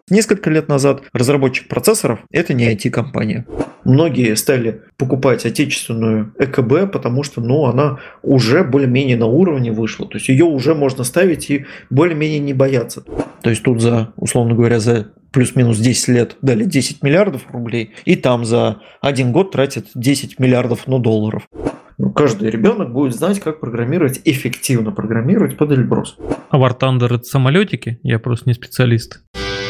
Несколько лет назад разработчик процессоров – это не IT-компания. Многие стали покупать отечественную ЭКБ, потому что она уже более-менее на уровне вышла. То есть ее уже можно ставить и более-менее не бояться. То есть тут условно говоря, за плюс-минус 10 лет дали 10 миллиардов рублей, и там за 1 год тратят 10 миллиардов долларов. Каждый ребенок будет знать, как эффективно программировать под Эльбрус. А War Thunder — это самолетики? Я просто не специалист.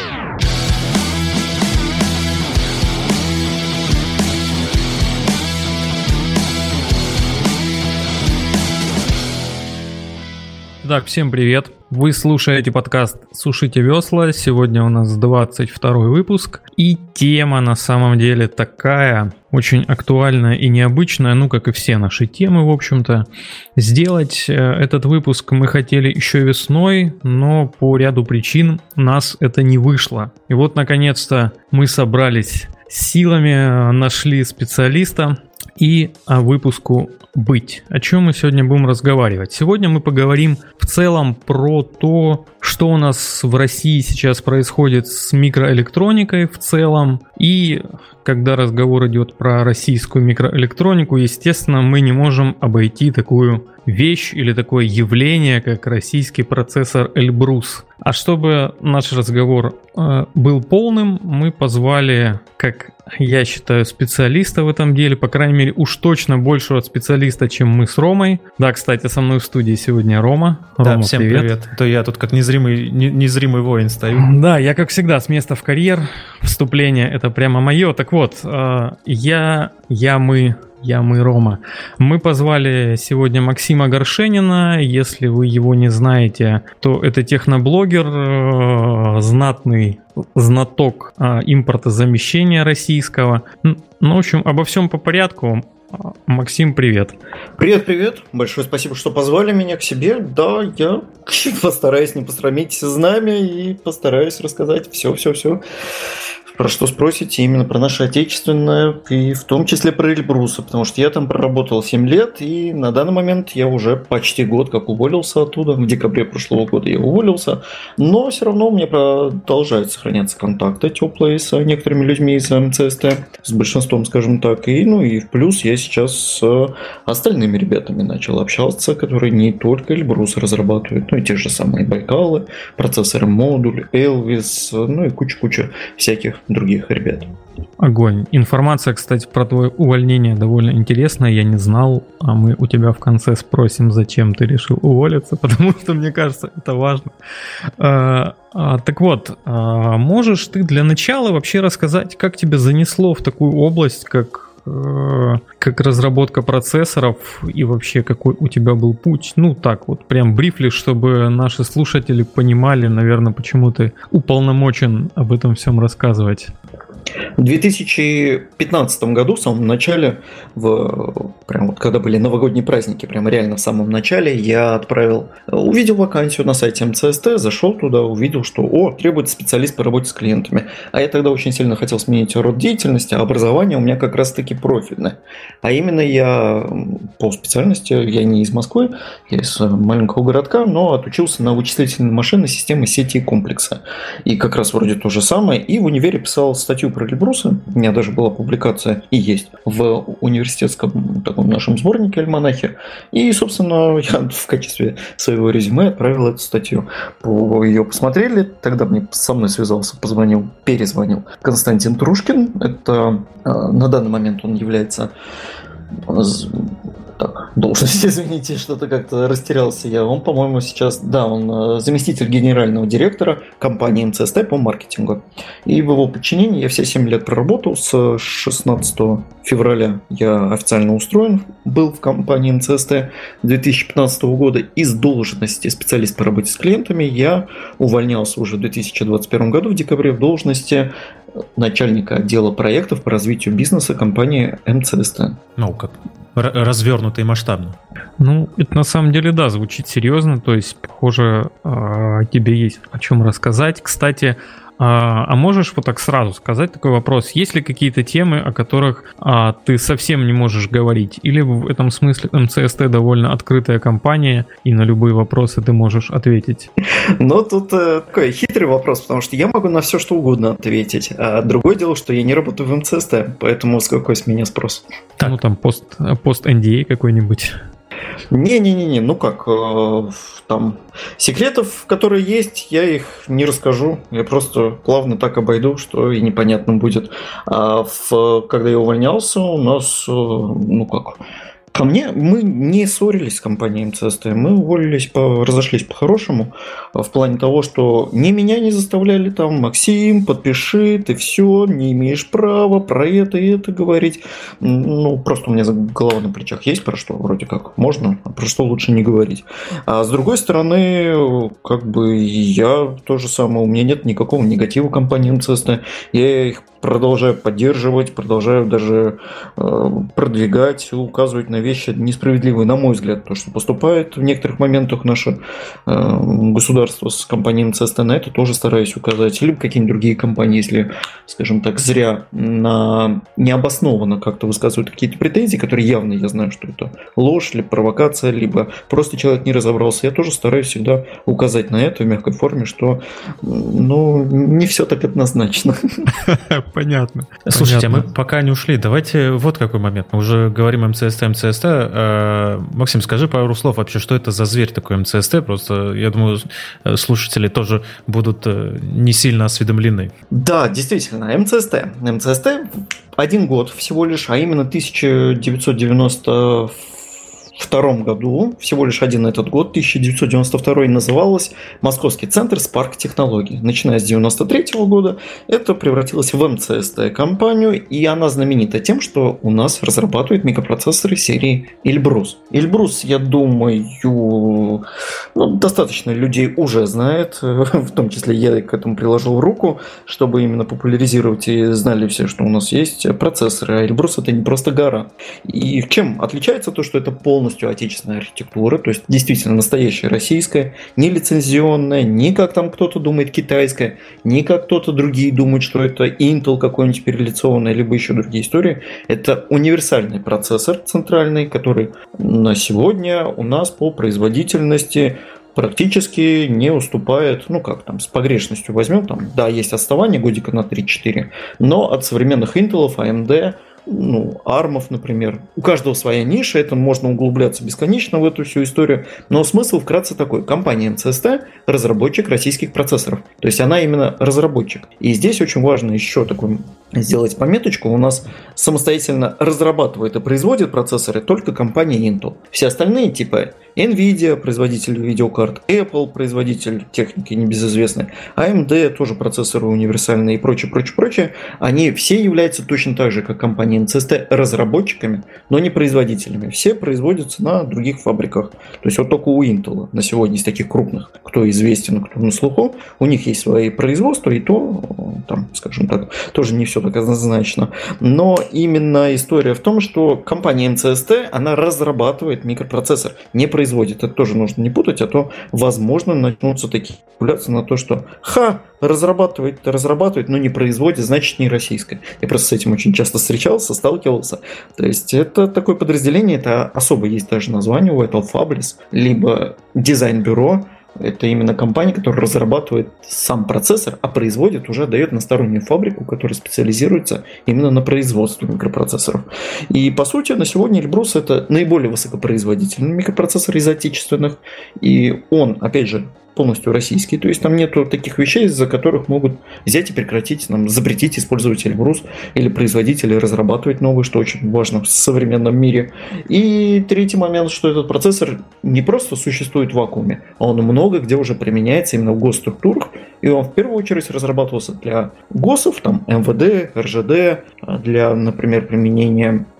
Итак, всем привет. Вы слушаете подкаст «Сушите весла». Сегодня у нас 22-й выпуск. И тема на самом деле такая, очень актуальная и необычная, как и все наши темы, в общем-то. Сделать этот выпуск мы хотели еще весной, но по ряду причин у нас это не вышло. И вот, наконец-то, мы собрались силами, нашли специалиста и выпуску быть. О чем мы сегодня будем разговаривать? Сегодня мы поговорим в целом про то, что у нас в России сейчас происходит с микроэлектроникой в целом. И когда разговор идет про российскую микроэлектронику, естественно, мы не можем обойти такую вещь или такое явление, как российский процессор Эльбрус. А чтобы наш разговор был полным, мы позвали, как я считаю, специалиста в этом деле, по крайней мере, уж точно большего специалиста, чем мы с Ромой. Да, кстати, со мной в студии сегодня Рома. Рома, всем привет. То я тут как незримый воин стою. Да, я, как всегда, с места в карьер. Вступление — это прямо мое. Так вот, мы, Рома. Мы позвали сегодня Максима Горшенина. Если вы его не знаете, то это техноблогер, знатный знаток импортозамещения российского. В общем, обо всем по порядку. Максим, привет. Привет. Большое спасибо, что позвали меня к себе. Да, я постараюсь не посрамить знамя и постараюсь рассказать все. Про что спросите, именно про наше отечественное, и в том числе про Эльбруса, потому что я там проработал 7 лет, и на данный момент я уже почти год как уволился оттуда, в декабре прошлого года я уволился, но все равно у меня продолжают сохраняться контакты теплые с некоторыми людьми из МЦСТ, с большинством, скажем так, и в плюс я сейчас с остальными ребятами начал общаться, которые не только Эльбрус разрабатывают, и те же самые Байкалы, процессоры модуль, Элвис, и куча всяких других ребят. Огонь. Информация, кстати, про твое увольнение довольно интересная, я не знал, а мы у тебя в конце спросим, зачем ты решил уволиться, потому что, мне кажется, это важно. Так вот, можешь ты для начала вообще рассказать, как тебя занесло в такую область, как разработка процессоров, и вообще какой у тебя был путь? Прям брифли, чтобы наши слушатели понимали, наверное, почему ты уполномочен об этом всем рассказывать. В 2015 году, в самом начале, когда были новогодние праздники, прямо реально в самом начале, я увидел вакансию на сайте МЦСТ, зашел туда, увидел, что требуется специалист по работе с клиентами. А я тогда очень сильно хотел сменить род деятельности, а образование у меня как раз-таки профильное. А именно я по специальности, я не из Москвы, я из маленького городка, но отучился на вычислительные машины, системы, сети и комплекса. И как раз вроде то же самое. И в универе писал статью про Эльбруса, у меня даже была публикация и есть в университетском таком нашем сборнике «Альманахе». И, собственно, я в качестве своего резюме отправил эту статью. Ее посмотрели, тогда со мной связался, перезвонил Константин Трушкин. Это на данный момент он является... должность, извините, что-то как-то растерялся я. Он, по-моему, сейчас, он заместитель генерального директора компании МЦСТ по маркетингу. И в его подчинении я все 7 лет проработал. С 16 февраля я официально устроен был в компании МЦСТ. 2015 года из должности специалист по работе с клиентами я увольнялся уже в 2021 году в декабре в должности начальника отдела проектов по развитию бизнеса компании МЦСТ. Как развернуто и масштабно. Это на самом деле, да, звучит серьезно, то есть, похоже, тебе есть о чем рассказать. Кстати, А можешь вот так сразу сказать такой вопрос? Есть ли какие-то темы, о которых ты совсем не можешь говорить? Или в этом смысле МЦСТ довольно открытая компания, и на любые вопросы ты можешь ответить? Ну, тут такой хитрый вопрос, потому что я могу на все, что угодно ответить. А другое дело, что я не работаю в МЦСТ, поэтому с какой с меня спрос? Ну, там пост NDA какой-нибудь. Не-не-не, ну как, там секретов, которые есть, я их не расскажу, я просто плавно так обойду, что и непонятно будет. Когда я увольнялся, у нас, ко мне, мы не ссорились с компанией МЦСТ, мы уволились, разошлись по-хорошему, в плане того, что ни меня не заставляли там, Максим, подпиши, ты все, не имеешь права про это и это говорить. Ну, просто у меня голова на плечах есть, про что вроде как можно, а про что лучше не говорить. А с другой стороны, как бы я то же самое, у меня нет никакого негатива компании МЦСТ, я их продолжаю поддерживать, продолжаю даже продвигать, указывать на вещи несправедливые, на мой взгляд, то, что поступает в некоторых моментах наше государство с компанией МЦСТ, на это тоже стараюсь указать, или какие-нибудь другие компании, если, скажем так, зря необоснованно как-то высказывают какие-то претензии, которые явно я знаю, что это ложь, либо провокация, либо просто человек не разобрался, я тоже стараюсь всегда указать на это в мягкой форме, что не все так однозначно. Понятно. Слушайте, мы пока не ушли, давайте вот какой момент. Мы уже говорим МЦСТ. Максим, скажи пару слов вообще, что это за зверь такой МЦСТ? Просто, я думаю, слушатели тоже будут не сильно осведомлены. Да, действительно, МЦСТ 1 год всего лишь, а именно 1992 году, всего лишь один этот год, 1992, называлась Московский центр Spark технологий. Начиная с 1993 года это превратилось в МЦСТ компанию, и она знаменита тем, что у нас разрабатывают микропроцессоры серии Эльбрус. Эльбрус, я думаю, достаточно людей уже знает, в том числе я к этому приложил руку, чтобы именно популяризировать и знали все, что у нас есть процессоры, а Эльбрус это не просто гора. И чем отличается то, что это полностью отечественная архитектура, то есть действительно настоящая российская, не лицензионная, не как там кто-то думает китайская, не как кто-то другие думают, что это Intel какой-нибудь перелицованный, либо еще другие истории. Это универсальный процессор центральный, который на сегодня у нас по производительности практически не уступает, с погрешностью возьмем, там, да, есть отставание годика на 3-4, но от современных Intel, AMD, армов, например. У каждого своя ниша, это можно углубляться бесконечно в эту всю историю, но смысл вкратце такой. Компания МЦСТ – разработчик российских процессоров. То есть она именно разработчик. И здесь очень важно еще такую сделать пометочку. У нас самостоятельно разрабатывает и производит процессоры только компания Intel. Все остальные типа NVIDIA, производитель видеокарт, Apple, производитель техники небезызвестный, AMD, тоже процессоры универсальные и прочее, они все являются точно так же, как компания МЦСТ, разработчиками, но не производителями. Все производятся на других фабриках. То есть вот только у Intel на сегодня из таких крупных, кто известен, кто на слуху, у них есть свои производства, и то, там, скажем так, тоже не все так однозначно. Но именно история в том, что компания МЦСТ, она разрабатывает микропроцессор, не производит. Это тоже нужно не путать, а то, возможно, начнутся такие спекуляции на то, что разрабатывает, но не производит, значит, не российское. Я просто с этим очень часто встречался, сталкивался. То есть это такое подразделение, это особо есть даже название у этого Fabless, либо дизайн-бюро. Это именно компания, которая разрабатывает сам процессор, а производит, уже отдает на стороннюю фабрику, которая специализируется именно на производстве микропроцессоров. И по сути на сегодня Эльбрус это наиболее высокопроизводительный микропроцессор из отечественных. И он, опять же, полностью российский, то есть там нету таких вещей, из-за которых могут взять и прекратить, запретить использовать Эльбрус или производить, или разрабатывать новый, что очень важно в современном мире. И третий момент, что этот процессор не просто существует в вакууме, а он много где уже применяется именно в госструктурах, и он в первую очередь разрабатывался для ГОСов, там МВД, РЖД, для, например, применения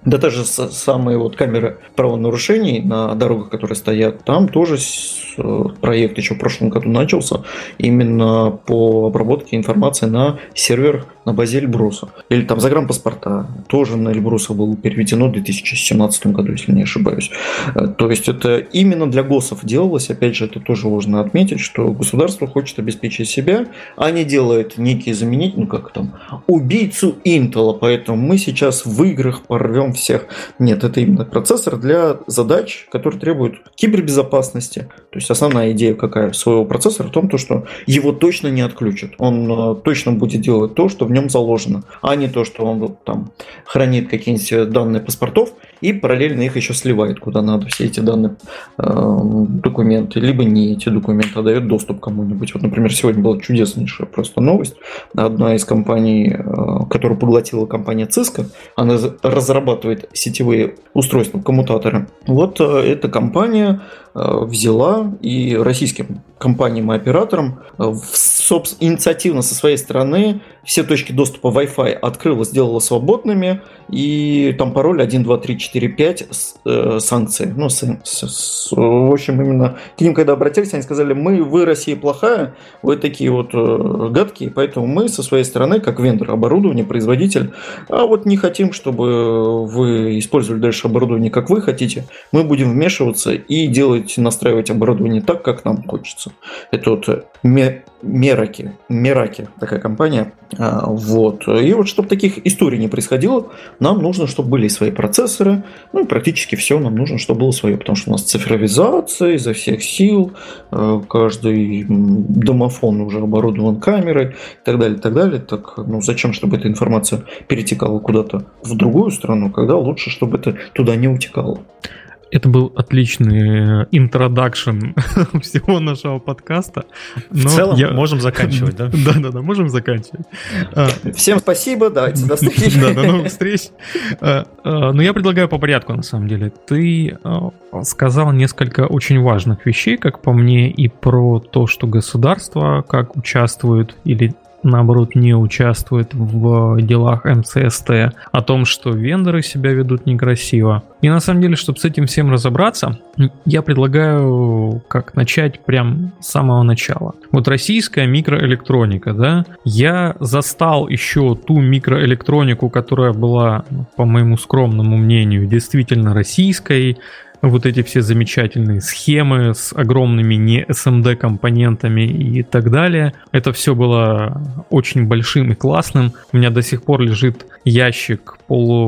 Да даже самые вот камеры правонарушений на дорогах, которые стоят, там тоже проект еще в прошлом году начался именно по обработке информации на серверах на базе Эльбруса. Или там загранпаспорта тоже на Эльбруса было переведено в 2017 году, если не ошибаюсь. То есть это именно для ГОСов делалось. Опять же, это тоже важно отметить, что государство хочет обеспечить себя, а не делает некие заменители, убийцу Intel, поэтому мы сейчас в играх порвем всех. Нет, это именно процессор для задач, которые требуют кибербезопасности. То есть основная идея какая своего процессора в том, что его точно не отключат. Он точно будет делать то, что в нем заложено, а не то, что он там хранит какие-нибудь данные паспортов и параллельно их еще сливает куда надо, все эти данные документы, либо не эти документы, а дает доступ кому-нибудь. Вот, например, сегодня была чудеснейшая просто новость. Одна из компаний, которую поглотила компания Cisco, она разрабатывает сетевые устройства, коммутаторы. Вот эта компания взяла и российским компаниям и операторам инициативно со своей стороны все точки доступа Wi-Fi открыла, сделала свободными, и там пароль 1, 2, 3, 4, 5 санкции. В общем, именно к ним, когда обратились, они сказали: вы, Россия плохая, вы такие вот гадкие, поэтому мы со своей стороны, как вендор оборудования, производитель, а вот не хотим, чтобы вы использовали дальше оборудование, как вы хотите, мы будем вмешиваться и настраивать оборудование так, как нам хочется. Это вот Мераки, такая компания. Вот. И вот, чтобы таких историй не происходило, нам нужно, чтобы были свои процессоры, практически все нам нужно, чтобы было свое, потому что у нас цифровизация изо всех сил, каждый домофон уже оборудован камерой и так далее, и так далее. Так, зачем, чтобы эта информация перетекала куда-то в другую страну, когда лучше, чтобы это туда не утекало? Это был отличный интродакшн всего нашего подкаста. В целом можем заканчивать, да? Да, можем заканчивать. Всем спасибо, давайте до встречи. Да, до новых встреч. Но я предлагаю по порядку, на самом деле. Ты сказал несколько очень важных вещей, как по мне, и про то, что государство как участвует или наоборот не участвует в делах МЦСТ, о том, что вендоры себя ведут некрасиво. И на самом деле, чтобы с этим всем разобраться, я предлагаю как начать прям с самого начала. Вот российская микроэлектроника, да, я застал еще ту микроэлектронику, которая была, по моему скромному мнению, действительно российской. Вот эти все замечательные схемы с огромными не SMD компонентами и так далее. Это все было очень большим и классным. У меня до сих пор лежит ящик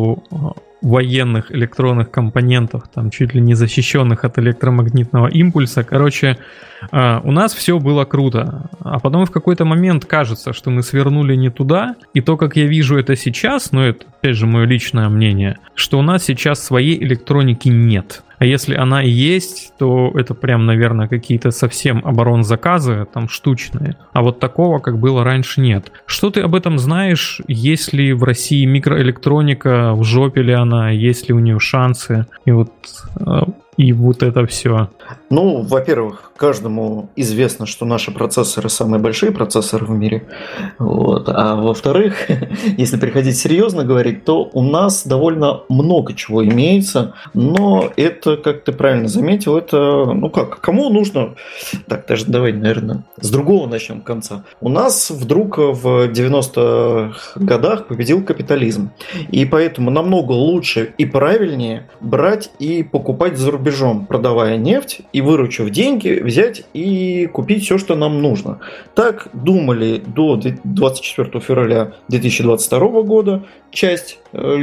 полувоенных электронных компонентов, там чуть ли не защищенных от электромагнитного импульса. Короче, у нас все было круто. А потом в какой-то момент кажется, что мы свернули не туда. И то, как я вижу это сейчас, это опять же мое личное мнение, что у нас сейчас своей электроники нет. А если она и есть, то это прям, наверное, какие-то совсем оборонзаказы, там штучные. А вот такого, как было раньше, нет. Что ты об этом знаешь? Есть ли в России микроэлектроника, в жопе ли она, есть ли у нее шансы? И вот это все. Во-первых, каждому известно, что наши процессоры самые большие процессоры в мире. Вот. А во-вторых, если приходить серьезно говорить, то у нас довольно много чего имеется, но это, как ты правильно заметил, это, кому нужно? Так, даже давай, наверное, с другого начнем конца. У нас вдруг в 90-х годах победил капитализм, и поэтому намного лучше и правильнее брать и покупать за рубежом, продавая нефть и выручив деньги, взять и купить все, что нам нужно. Так думали до 24 февраля 2022 года часть,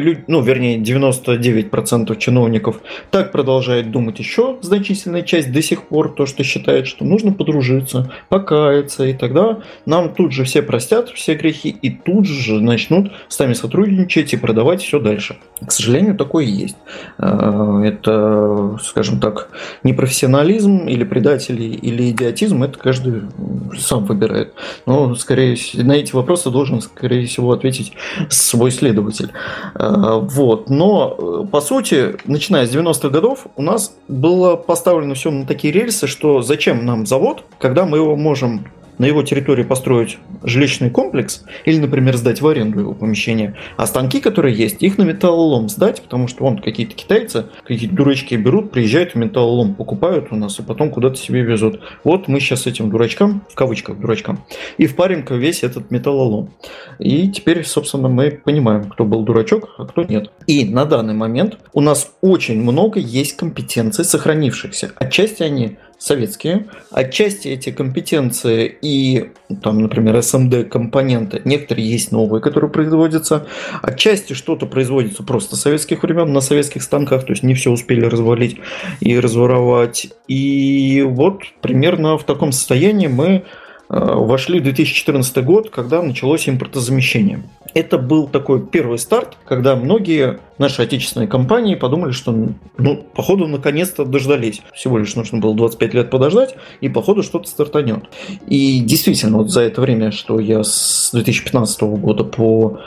99% чиновников. Так продолжает думать еще значительная часть до сих пор, то, что считает, что нужно подружиться, покаяться, и тогда нам тут же все простят все грехи и тут же начнут с нами сотрудничать и продавать все дальше. К сожалению, такое и есть. Это, скажем так, непрофессионализм или предатели, или идиотизм, это каждый сам выбирает. Но, скорее всего, на эти вопросы должен, скорее всего, ответить свой следователь. Вот. Но, по сути, начиная с 90-х годов, у нас было поставлено все на такие рельсы, что зачем нам завод, когда мы его можем на его территории построить жилищный комплекс или, например, сдать в аренду его помещение, а станки, которые есть, их на металлолом сдать, потому что вон какие-то китайцы, какие-то дурачки берут, приезжают в металлолом, покупают у нас, и потом куда-то себе везут. Вот мы сейчас этим дурачкам, в кавычках дурачкам, и впарим весь этот металлолом. И теперь, собственно, мы понимаем, кто был дурачок, а кто нет. И на данный момент у нас очень много есть компетенций сохранившихся. Отчасти они советские, отчасти эти компетенции и, там, например, СМД-компоненты, некоторые есть новые, которые производятся, отчасти что-то производится просто с советских времен на советских станках, то есть не все успели развалить и разворовать. И вот примерно в таком состоянии мы вошли в 2014 год, когда началось импортозамещение. Это был такой первый старт, когда многие наши отечественные компании подумали, что, походу, наконец-то дождались. Всего лишь нужно было 25 лет подождать, и, походу, что-то стартанет. И действительно, вот за это время, что я с 2015 года по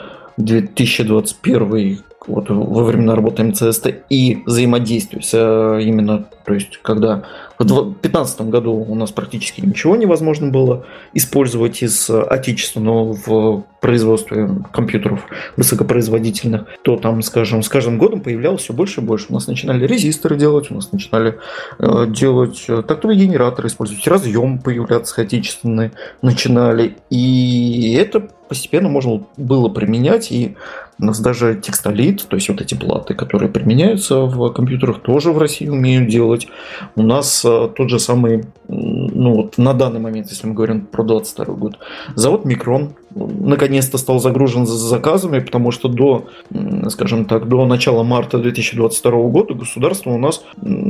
2021 вот во времена работы МЦСТ и взаимодействия именно, то есть когда в 2015 году у нас практически ничего невозможно было использовать из отечественного в производстве компьютеров высокопроизводительных, то там, скажем, с каждым годом появлялось все больше и больше. У нас начинали резисторы делать, у нас начинали делать тактовые генераторы использовать, разъем появляться отечественные начинали, и это постепенно можно было применять, и у нас даже текстолит, то есть вот эти платы, которые применяются в компьютерах, тоже в России умеют делать. У нас тот же самый, вот на данный момент, если мы говорим про 2022 год, завод Микрон наконец-то стал загружен заказами, потому что до начала марта 2022 года государство у нас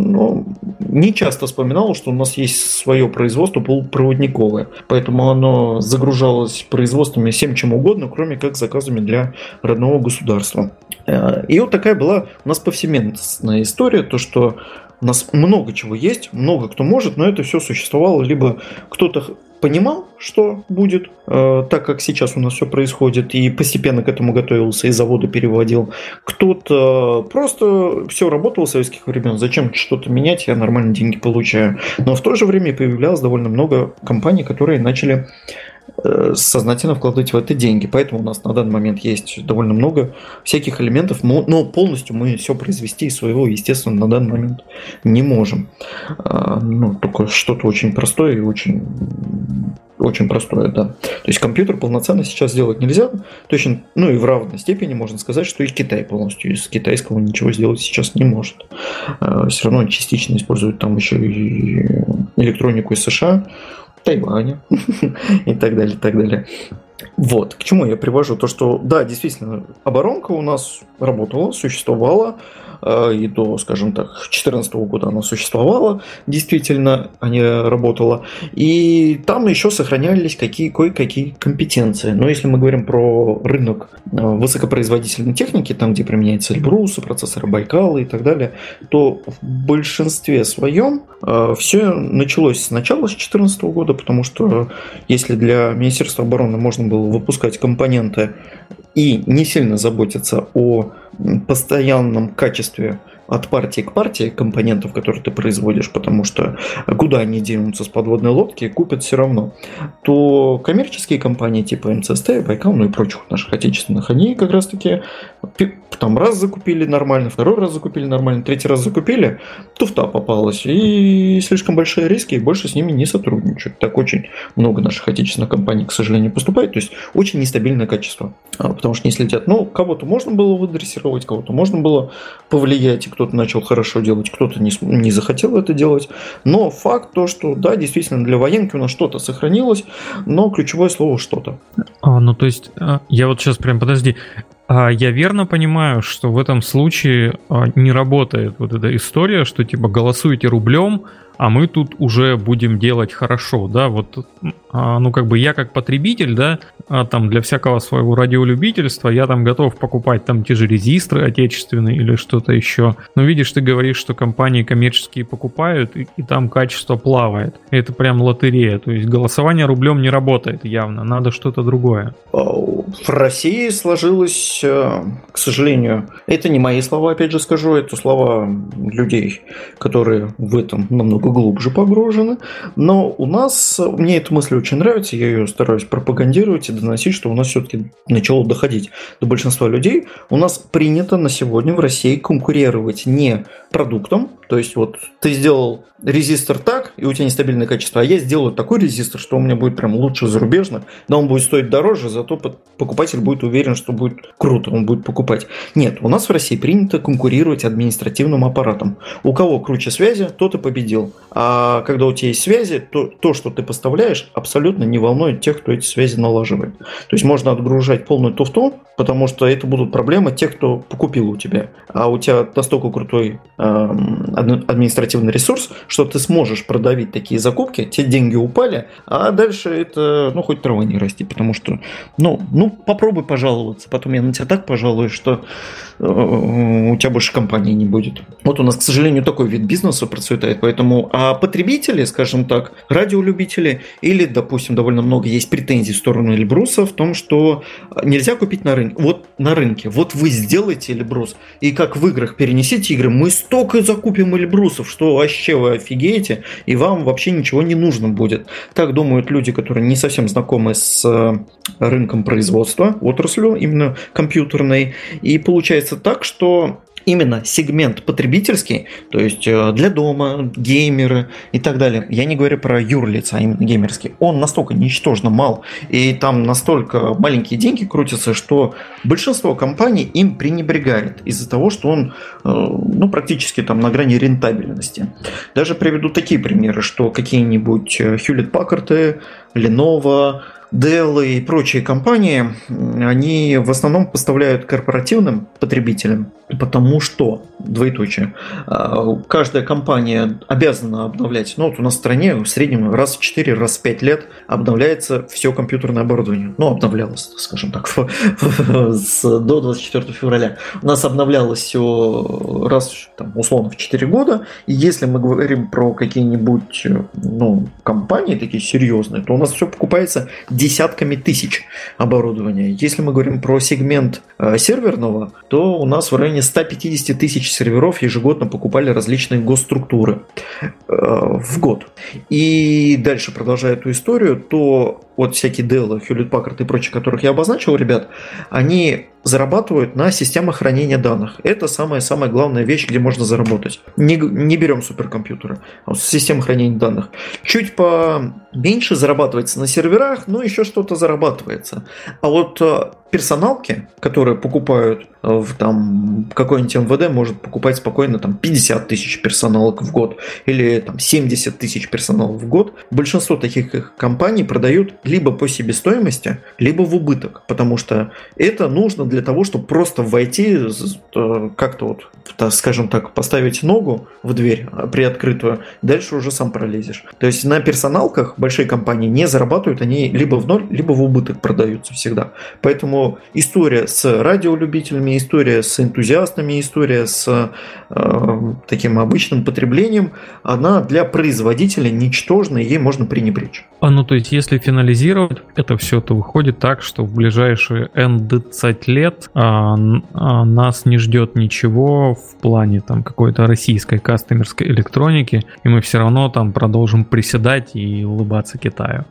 не часто вспоминало, что у нас есть свое производство полупроводниковое, поэтому оно загружалось производствами всем чем угодно, кроме как заказами для родного государства. И вот такая была у нас повсеместная история, то что у нас много чего есть, много кто может, но это все существовало, либо кто-то понимал, что будет, так как сейчас у нас все происходит, и постепенно к этому готовился, и заводы переводил. Кто-то просто все работал с советских времен, зачем что-то менять, я нормально деньги получаю. Но в то же время появлялось довольно много компаний, которые начали сознательно вкладывать в это деньги. Поэтому у нас на данный момент есть довольно много всяких элементов, но полностью мы все произвести из своего, естественно, на данный момент не можем. Только что-то очень простое и очень простое, да. То есть компьютер полноценно сейчас сделать нельзя. Точно, и в равной степени можно сказать, что и Китай полностью из китайского ничего сделать сейчас не может. Все равно частично используют там еще и электронику из США, Тайваня и так далее, и так далее. Вот, к чему я привожу? То, что, да, действительно, оборонка у нас работала, существовала, и до, скажем так, 2014 года она существовала, действительно, а не работала, и там еще сохранялись кое-какие компетенции. Но если мы говорим про рынок высокопроизводительной техники, там, где применяются Эльбрусы, процессоры Байкала и так далее, то в большинстве своем все началось сначала с 2014 года, потому что если для Министерства обороны можно было выпускать компоненты и не сильно заботиться о постоянном качестве от партии к партии компонентов, которые ты производишь, потому что куда они денутся с подводной лодки, купят все равно, то коммерческие компании типа МЦСТ, Байкал, и прочих наших отечественных, они как раз таки там раз закупили нормально, второй раз закупили нормально, третий раз закупили, туфта попалась, и слишком большие риски, и больше с ними не сотрудничают. Так очень много наших отечественных компаний, к сожалению, поступает, то есть очень нестабильное качество, потому что не следят. Кого-то можно было выдрессировать, кого-то можно было повлиять, и кто-то начал хорошо делать, кто-то не захотел это делать, но факт то, что да, действительно для военки у нас что-то сохранилось, но ключевое слово что-то. То есть, я вот сейчас подожди, я верно понимаю, что в этом случае не работает вот эта история, что типа голосуйте рублем, а мы тут уже будем делать хорошо, да, вот, я как потребитель, да, там для всякого своего радиолюбительства я там готов покупать там те же резисторы отечественные или что-то еще, но видишь, ты говоришь, что компании коммерческие покупают, и там качество плавает, это прям лотерея, то есть голосование рублем не работает явно, надо что-то другое. В России сложилось, к сожалению, это не мои слова, опять же скажу, это слова людей, которые в этом намного намного глубже погружены, но у нас, мне эта мысль очень нравится, я ее стараюсь пропагандировать и доносить, что у нас все-таки начало доходить до большинства людей. У нас принято на сегодня в России конкурировать не продуктом, то есть вот ты сделал резистор так, и у тебя нестабильное качество, а я сделаю такой резистор, что у меня будет прям лучше зарубежно, да, он будет стоить дороже, зато покупатель будет уверен, что будет круто, он будет покупать. Нет, у нас в России принято конкурировать административным аппаратом. У кого круче связи, тот и победил. А когда у тебя есть связи, то, что ты поставляешь, абсолютно не волнует тех, кто эти связи налаживает. То есть можно отгружать полную туфту, потому что это будут проблемы тех, кто покупил у тебя. А у тебя настолько крутой административный ресурс, что ты сможешь продавить такие закупки, те деньги упали, а дальше это, хоть трава не расти, потому что, попробуй пожаловаться, потом я на тебя так пожалуюсь, что у тебя больше компании не будет. Вот у нас, к сожалению, такой вид бизнеса процветает, поэтому, а потребители, скажем так, радиолюбители, или, допустим, довольно много есть претензий в сторону Эльбруса в том, что нельзя купить на рынке. Вот на рынке, вот вы сделаете Эльбрус, и как в играх перенесите игры, мы столько закупим Эльбрусов, что вообще вы офигеете, и вам вообще ничего не нужно будет. Так думают люди, которые не совсем знакомы с рынком производства, отраслью, именно компьютерной, и получается так, что именно сегмент потребительский, то есть для дома, геймеры и так далее, я не говорю про юрлица, а именно геймерский, он настолько ничтожно мал, и там настолько маленькие деньги крутятся, что большинство компаний им пренебрегает из-за того, что он практически там на грани рентабельности. Даже приведу такие примеры, что какие-нибудь Hewlett-Packard, Lenovo, Dell и прочие компании, они в основном поставляют корпоративным потребителям, потому что, двоеточие, каждая компания обязана обновлять, у нас в стране в среднем раз в 4, раз в 5 лет обновляется все компьютерное оборудование. Обновлялось, скажем так, до 24 февраля. У нас обновлялось все раз, условно, в 4 года, и если мы говорим про какие-нибудь компании такие серьезные, то у нас все покупается десятками тысяч оборудования. Если мы говорим про сегмент серверного, то у нас в районе 150 тысяч серверов ежегодно покупали различные госструктуры в год. И дальше, продолжая эту историю, то вот всякие Dell, Hewlett-Packard и прочие, которых я обозначил, ребят, они зарабатывают на системах хранения данных. Это самая главная вещь, где можно заработать. Не берем суперкомпьютеры, а система хранения данных. Чуть поменьше зарабатывается на серверах, но еще что-то зарабатывается. А вот персоналки, которые покупают в какой-нибудь МВД, может покупать спокойно 50 тысяч персоналок в год или 70 тысяч персоналов в год. Большинство таких компаний продают либо по себестоимости, либо в убыток, потому что это нужно для того, чтобы просто войти, как-то скажем так, поставить ногу в дверь приоткрытую, дальше уже сам пролезешь. То есть на персоналках большие компании не зарабатывают, они либо в ноль, либо в убыток продаются всегда. Поэтому история с радиолюбителями, история с энтузиастами, история с таким обычным потреблением, она для производителя ничтожна, и ей можно пренебречь. То есть, если финализировать это все, то выходит так, что в ближайшие N20 лет нас не ждет ничего в плане какой-то российской кастомерской электроники, и мы все равно продолжим приседать и улыбаться Китаю.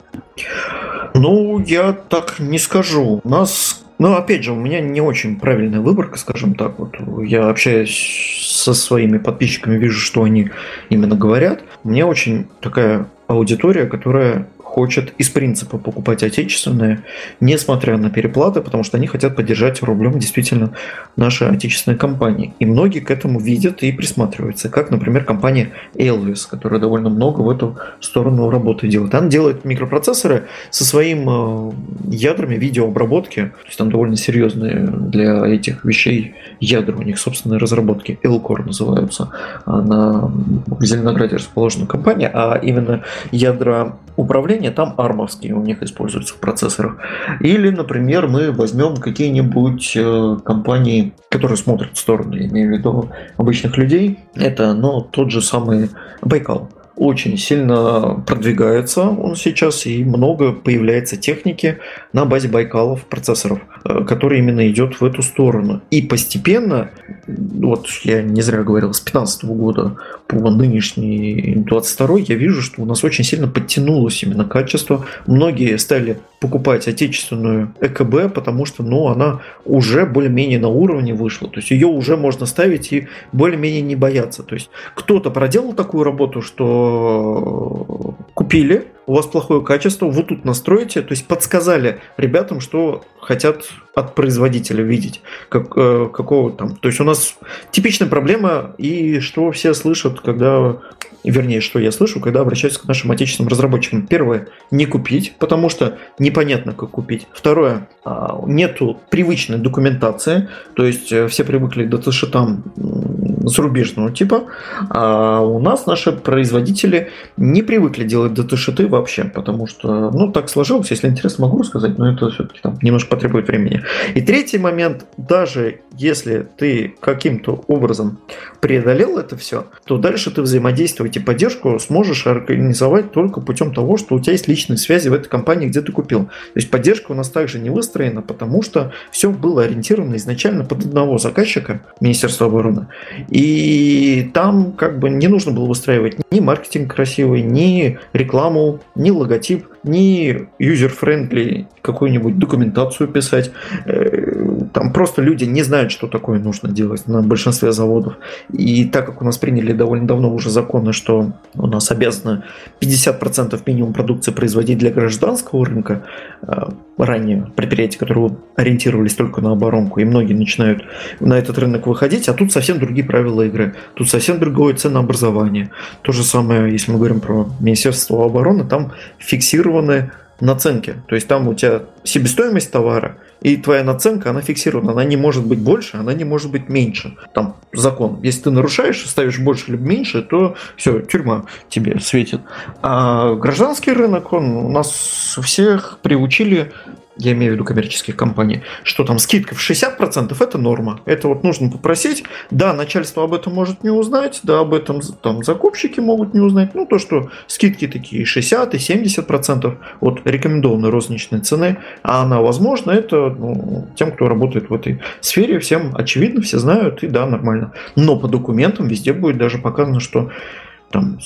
Я так не скажу. Опять же, у меня не очень правильная выборка, скажем так. Я общаюсь со своими подписчиками, вижу, что они именно говорят. У меня очень такая аудитория, которая хочет из принципа покупать отечественное, несмотря на переплаты, потому что они хотят поддержать рублем действительно наши отечественные компании. И многие к этому видят и присматриваются, как, например, компания Elvis, которая довольно много в эту сторону работы делает. Она делает микропроцессоры со своими ядрами видеообработки, то есть там довольно серьезные для этих вещей ядра, у них собственные разработки, Elcore называются, в Зеленограде расположена компания, а именно ядра управления там армовские у них используются в процессорах. Или, например, мы возьмем какие-нибудь компании, которые смотрят в сторону, я имею в виду обычных людей, это тот же самый Байкал. Очень сильно продвигается он сейчас, и много появляется техники на базе Байкалов процессоров. который именно идет в эту сторону. И постепенно, вот я не зря говорил, с 2015 года по нынешний 22 я вижу, что у нас очень сильно подтянулось именно качество. Многие стали покупать отечественную ЭКБ, потому что она уже более-менее на уровне вышла. То есть ее уже можно ставить и более-менее не бояться. То есть кто-то проделал такую работу, что купили, у вас плохое качество, вы тут настроите, то есть подсказали ребятам, что хотят от производителя видеть, какого там. То есть у нас типичная проблема, и что все слышат, что я слышу, когда обращаюсь к нашим отечественным разработчикам. Первое, не купить, потому что непонятно, как купить. Второе, нету привычной документации, то есть все привыкли к даташитам зарубежного типа, а у нас наши производители не привыкли делать даташиты вообще, потому что, так сложилось, если интересно, могу рассказать, но это все-таки там немножко потребует времени. И третий момент, даже если ты каким-то образом преодолел это все, то дальше ты взаимодействовать и поддержку сможешь организовать только путем того, что у тебя есть личные связи в этой компании, где ты купил. То есть поддержка у нас также не выстроена, потому что все было ориентировано изначально под одного заказчика, Министерства обороны. И там не нужно было выстраивать ни маркетинг красивый, ни рекламу, ни логотип, ни user-friendly какую-нибудь документацию писать. Там просто люди не знают, что такое нужно делать на большинстве заводов. И так как у нас приняли довольно давно уже законы, что у нас обязаны 50% минимум продукции производить для гражданского рынка, ранее предприятия, которые ориентировались только на оборонку, и многие начинают на этот рынок выходить, а тут совсем другие правила игры, тут совсем другое ценообразование. То же самое, если мы говорим про Министерство обороны, там фиксированы наценки, то есть там у тебя себестоимость товара, и твоя наценка, она фиксирована, она не может быть больше, она не может быть меньше. Там закон, если ты нарушаешь, ставишь больше либо меньше, то все, тюрьма тебе светит. А гражданский рынок, у нас всех приучили, я имею в виду коммерческих компаний, что там скидка в 60% это норма. Это нужно попросить. Да, начальство об этом может не узнать, да, об этом там закупщики могут не узнать. То, что скидки такие 60 и 70% от рекомендованной розничной цены, а она возможна, это тем, кто работает в этой сфере, всем очевидно, все знают, и да, нормально. Но по документам везде будет даже показано, что там,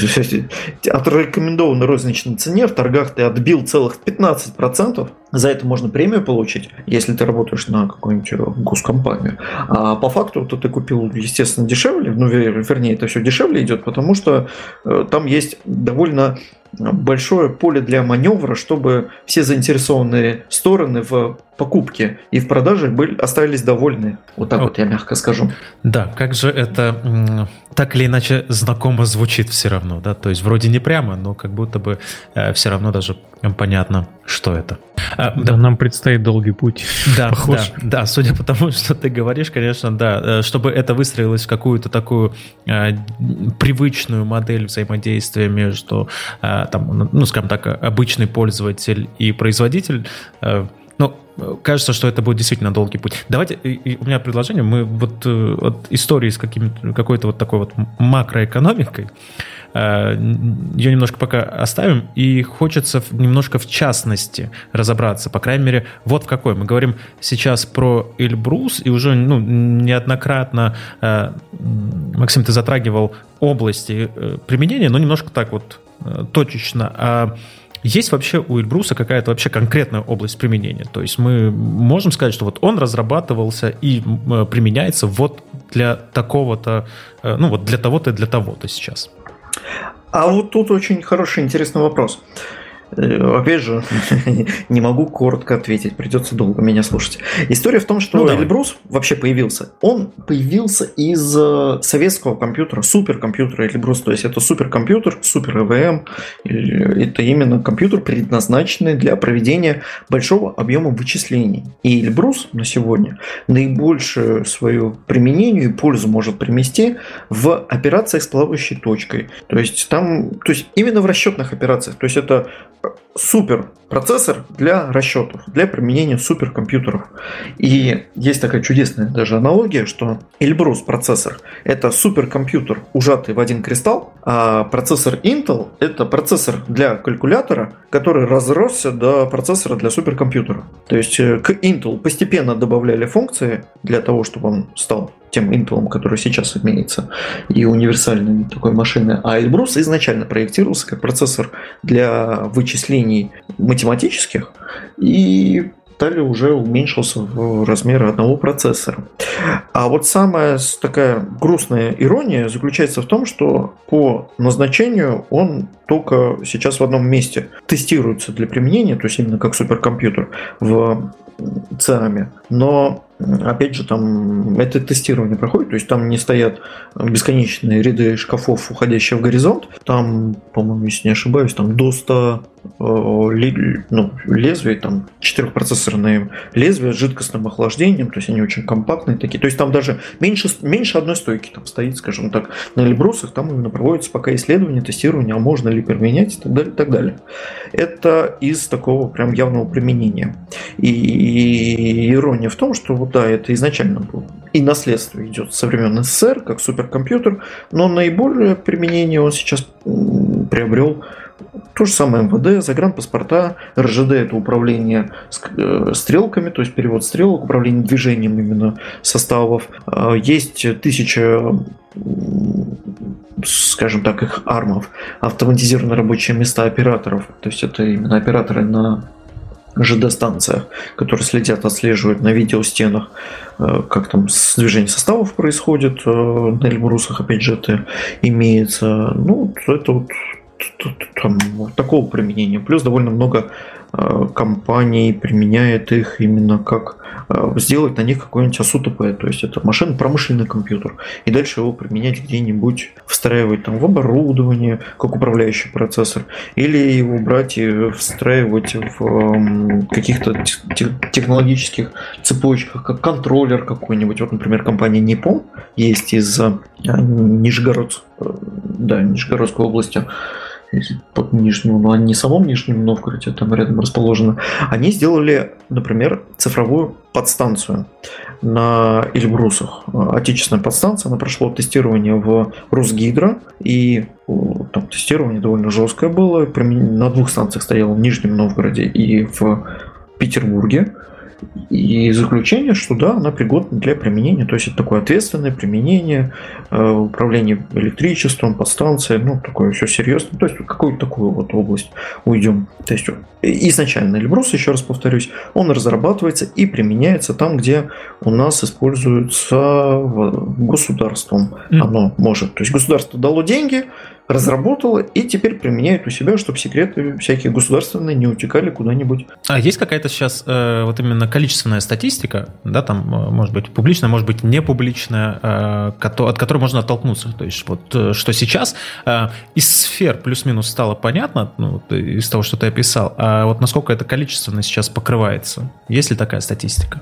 от рекомендованной розничной цене в торгах ты отбил целых 15%, за это можно премию получить, если ты работаешь на какую-нибудь госкомпанию. А по факту то ты купил, естественно, дешевле, вернее, это все дешевле идет, потому что там есть довольно большое поле для маневра, чтобы все заинтересованные стороны в покупке и в продаже остались довольны. Вот так я мягко скажу. Да, как же это так или иначе знакомо звучит все равно, да, то есть вроде не прямо, но как будто бы все равно даже понятно, что это. Да, нам предстоит долгий путь. Да, судя по тому, что ты говоришь, конечно, да, чтобы это выстроилось в какую-то такую привычную модель взаимодействия между, скажем так, обычный пользователь и производитель. Кажется, что это будет действительно долгий путь. Давайте, у меня предложение, мы от истории с какой-то такой макроэкономикой, ее немножко пока оставим, и хочется немножко в частности разобраться, по крайней мере, вот в какой. Мы говорим сейчас про Эльбрус, и уже неоднократно, Максим, ты затрагивал области применения, но немножко так точечно. Есть вообще у Эльбруса какая-то вообще конкретная область применения? То есть мы можем сказать, что он разрабатывался и применяется для такого-то, для того-то и для того-то сейчас. А вот тут очень хороший, интересный вопрос. Опять же, не могу коротко ответить, придется долго меня слушать. История в том, что Эльбрус вообще появился. Он появился из советского компьютера, суперкомпьютера Эльбрус. То есть это суперкомпьютер, супер ЭВМ. Это именно компьютер, предназначенный для проведения большого объема вычислений. И Эльбрус на сегодня наибольшее свое применение и пользу может принести в операциях с плавающей точкой. То есть именно в расчетных операциях. То есть это суперпроцессор для расчетов, для применения суперкомпьютеров. И есть такая чудесная даже аналогия, что Эльбрус процессор – это суперкомпьютер, ужатый в один кристалл, а процессор Intel – это процессор для калькулятора, который разросся до процессора для суперкомпьютера. То есть к Intel постепенно добавляли функции для того, чтобы он стал тем Intel, который сейчас имеется, и универсальной такой машины. А Эльбрус изначально проектировался как процессор для вычислений математических, и далее уже уменьшился в размеры одного процессора. А вот самая такая грустная ирония заключается в том, что по назначению он только сейчас в одном месте тестируется для применения, то есть именно как суперкомпьютер в ЦИАМе. Но опять же, там это тестирование проходит, то есть там не стоят бесконечные ряды шкафов, уходящие в горизонт. Там, по-моему, если не ошибаюсь, там до 100 лезвий, там 4-процессорные лезвия с жидкостным охлаждением, то есть они очень компактные такие. То есть там даже меньше одной стойки там стоит, скажем так. На Эльбрусах там именно проводится пока исследование, тестирование, а можно ли применять и так далее, и так далее. Это из такого прям явного применения. И ирония в том, что вот да, это изначально было. И наследство идет со времен СССР, как суперкомпьютер, но наиболее применение он сейчас приобрел то же самое МВД, загранпаспорта, РЖД – это управление стрелками, то есть перевод стрелок, управление движением именно составов. Есть 1000, скажем так, их армов, автоматизированные рабочие места операторов, то есть это именно операторы на ЖД-станциях, которые следят, отслеживают на видеостенах, как там движение составов происходит. На Эльбрусах, опять же, это имеется. Ну, это вот там, такого применения. Плюс довольно много компаний применяет их именно как сделать на них какой-нибудь АСУ-ТП, то есть это машинно-промышленный компьютер, и дальше его применять где-нибудь, встраивать там в оборудование, как управляющий процессор, или его брать и встраивать в каких-то технологических цепочках, как контроллер какой-нибудь. Вот, например, компания Nippon есть из Нижегородской области, под Нижним, но не в самом Нижнем Новгороде, там рядом расположено. Они сделали, например, цифровую подстанцию на Эльбрусах. Отечественная подстанция, она прошла тестирование в Росгидро, и там тестирование довольно жесткое было. На 2 станциях стояло в Нижнем Новгороде и в Петербурге. И заключение, что да, она пригодна для применения, то есть это такое ответственное применение, управление электричеством, подстанция, ну, такое все серьезно, то есть в какую-то такую вот область уйдем. То есть изначально Эльбрус, еще раз повторюсь, он разрабатывается и применяется там, где у нас используется государством. Оно может, то есть государство дало деньги, разработала и теперь применяет у себя, чтобы секреты всякие государственные не утекали куда-нибудь. А есть какая-то сейчас вот именно количественная статистика, да, там может быть публичная, может быть не публичная, от которой можно оттолкнуться? То есть вот что сейчас из сфер плюс-минус стало понятно, ну, из того, что ты описал, а вот насколько это количественно сейчас покрывается? Есть ли такая статистика?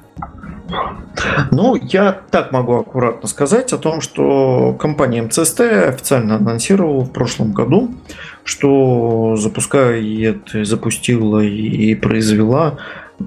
Ну, я так могу аккуратно сказать о том, что компания МЦСТ официально анонсировала в прошлом году, что запустила и произвела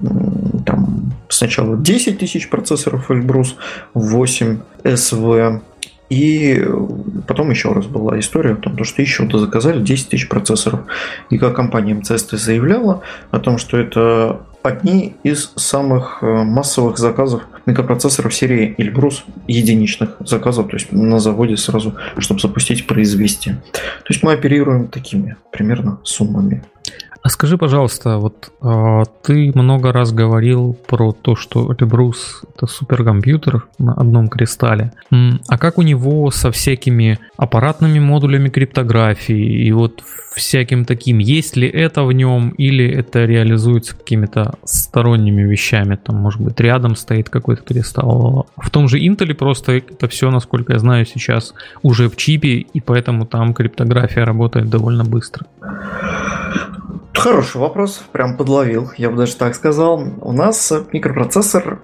там сначала 10 тысяч процессоров Эльбрус, 8 СВ, и потом еще раз была история о том, что еще заказали 10 тысяч процессоров. И как компания МЦСТ заявляла о том, что это одни из самых массовых заказов микропроцессоров серии Эльбрус, единичных заказов, то есть на заводе сразу, чтобы запустить произвести. То есть мы оперируем такими примерно суммами. А скажи, пожалуйста, вот ты много раз говорил про то, что Эльбрус — это суперкомпьютер на одном кристалле. А как у него со всякими аппаратными модулями криптографии и вот всяким таким? Есть ли это в нем или это реализуется какими-то сторонними вещами? Там, может быть, рядом стоит какой-то кристалл. В том же Intel просто это все, насколько я знаю, сейчас уже в чипе, и поэтому там криптография работает довольно быстро. Хороший вопрос, прям подловил, я бы даже так сказал. У нас микропроцессор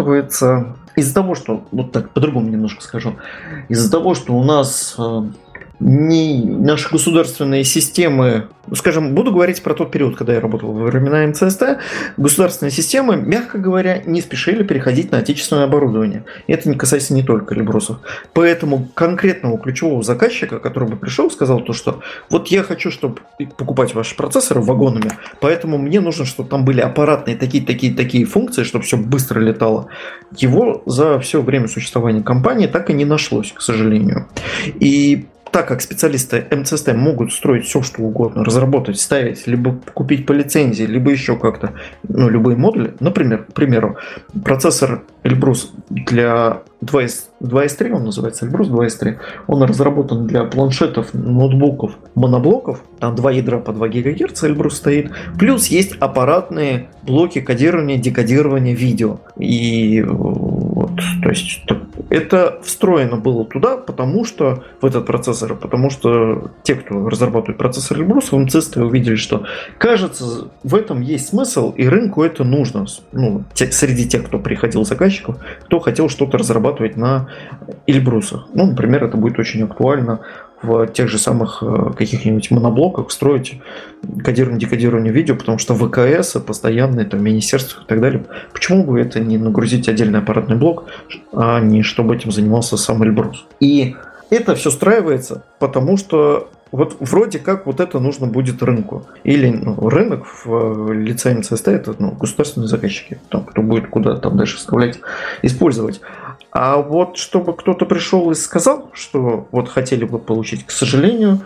разрабатывается из-за того, что, вот так по-другому немножко скажу, из-за того, что у нас наши государственные системы, скажем, буду говорить про тот период, когда я работал во времена МЦСТ, государственные системы, мягко говоря, не спешили переходить на отечественное оборудование. И это не касается не только Эльбрусов. Поэтому конкретного ключевого заказчика, который бы пришел и сказал то, что вот я хочу, чтобы покупать ваши процессоры вагонами, поэтому мне нужно, чтобы там были аппаратные такие функции, чтобы все быстро летало. Его за все время существования компании так и не нашлось, к сожалению. И так как специалисты МЦСТ могут строить все, что угодно, разработать, ставить, либо купить по лицензии, либо еще как-то, любые модули, например, к примеру, процессор Эльбрус для 2S3, он называется Эльбрус 2S3, он разработан для планшетов, ноутбуков, моноблоков, там 2 ядра по 2 ГГц Эльбрус стоит, плюс есть аппаратные блоки кодирования, декодирования видео. И вот, то есть это встроено было туда, потому что в этот процессор, потому что те, кто разрабатывает процессор Эльбрус, в МЦСТ увидели, что, кажется, в этом есть смысл, и рынку это нужно. Среди тех, кто приходил заказчиков, кто хотел что-то разрабатывать на Эльбрусах. Например, это будет очень актуально в тех же самых каких-нибудь моноблоках строить кодирование, декодирование видео, потому что ВКС, постоянные там министерства и так далее. Почему бы это не нагрузить отдельный аппаратный блок, а не чтобы этим занимался сам Эльбрус? И это все встраивается, потому что вот вроде как вот это нужно будет рынку. Или рынок в лице МЦСТ это государственные заказчики, там, кто будет куда там дальше вставлять, использовать. А вот чтобы кто-то пришел и сказал, что вот хотели бы получить, к сожалению,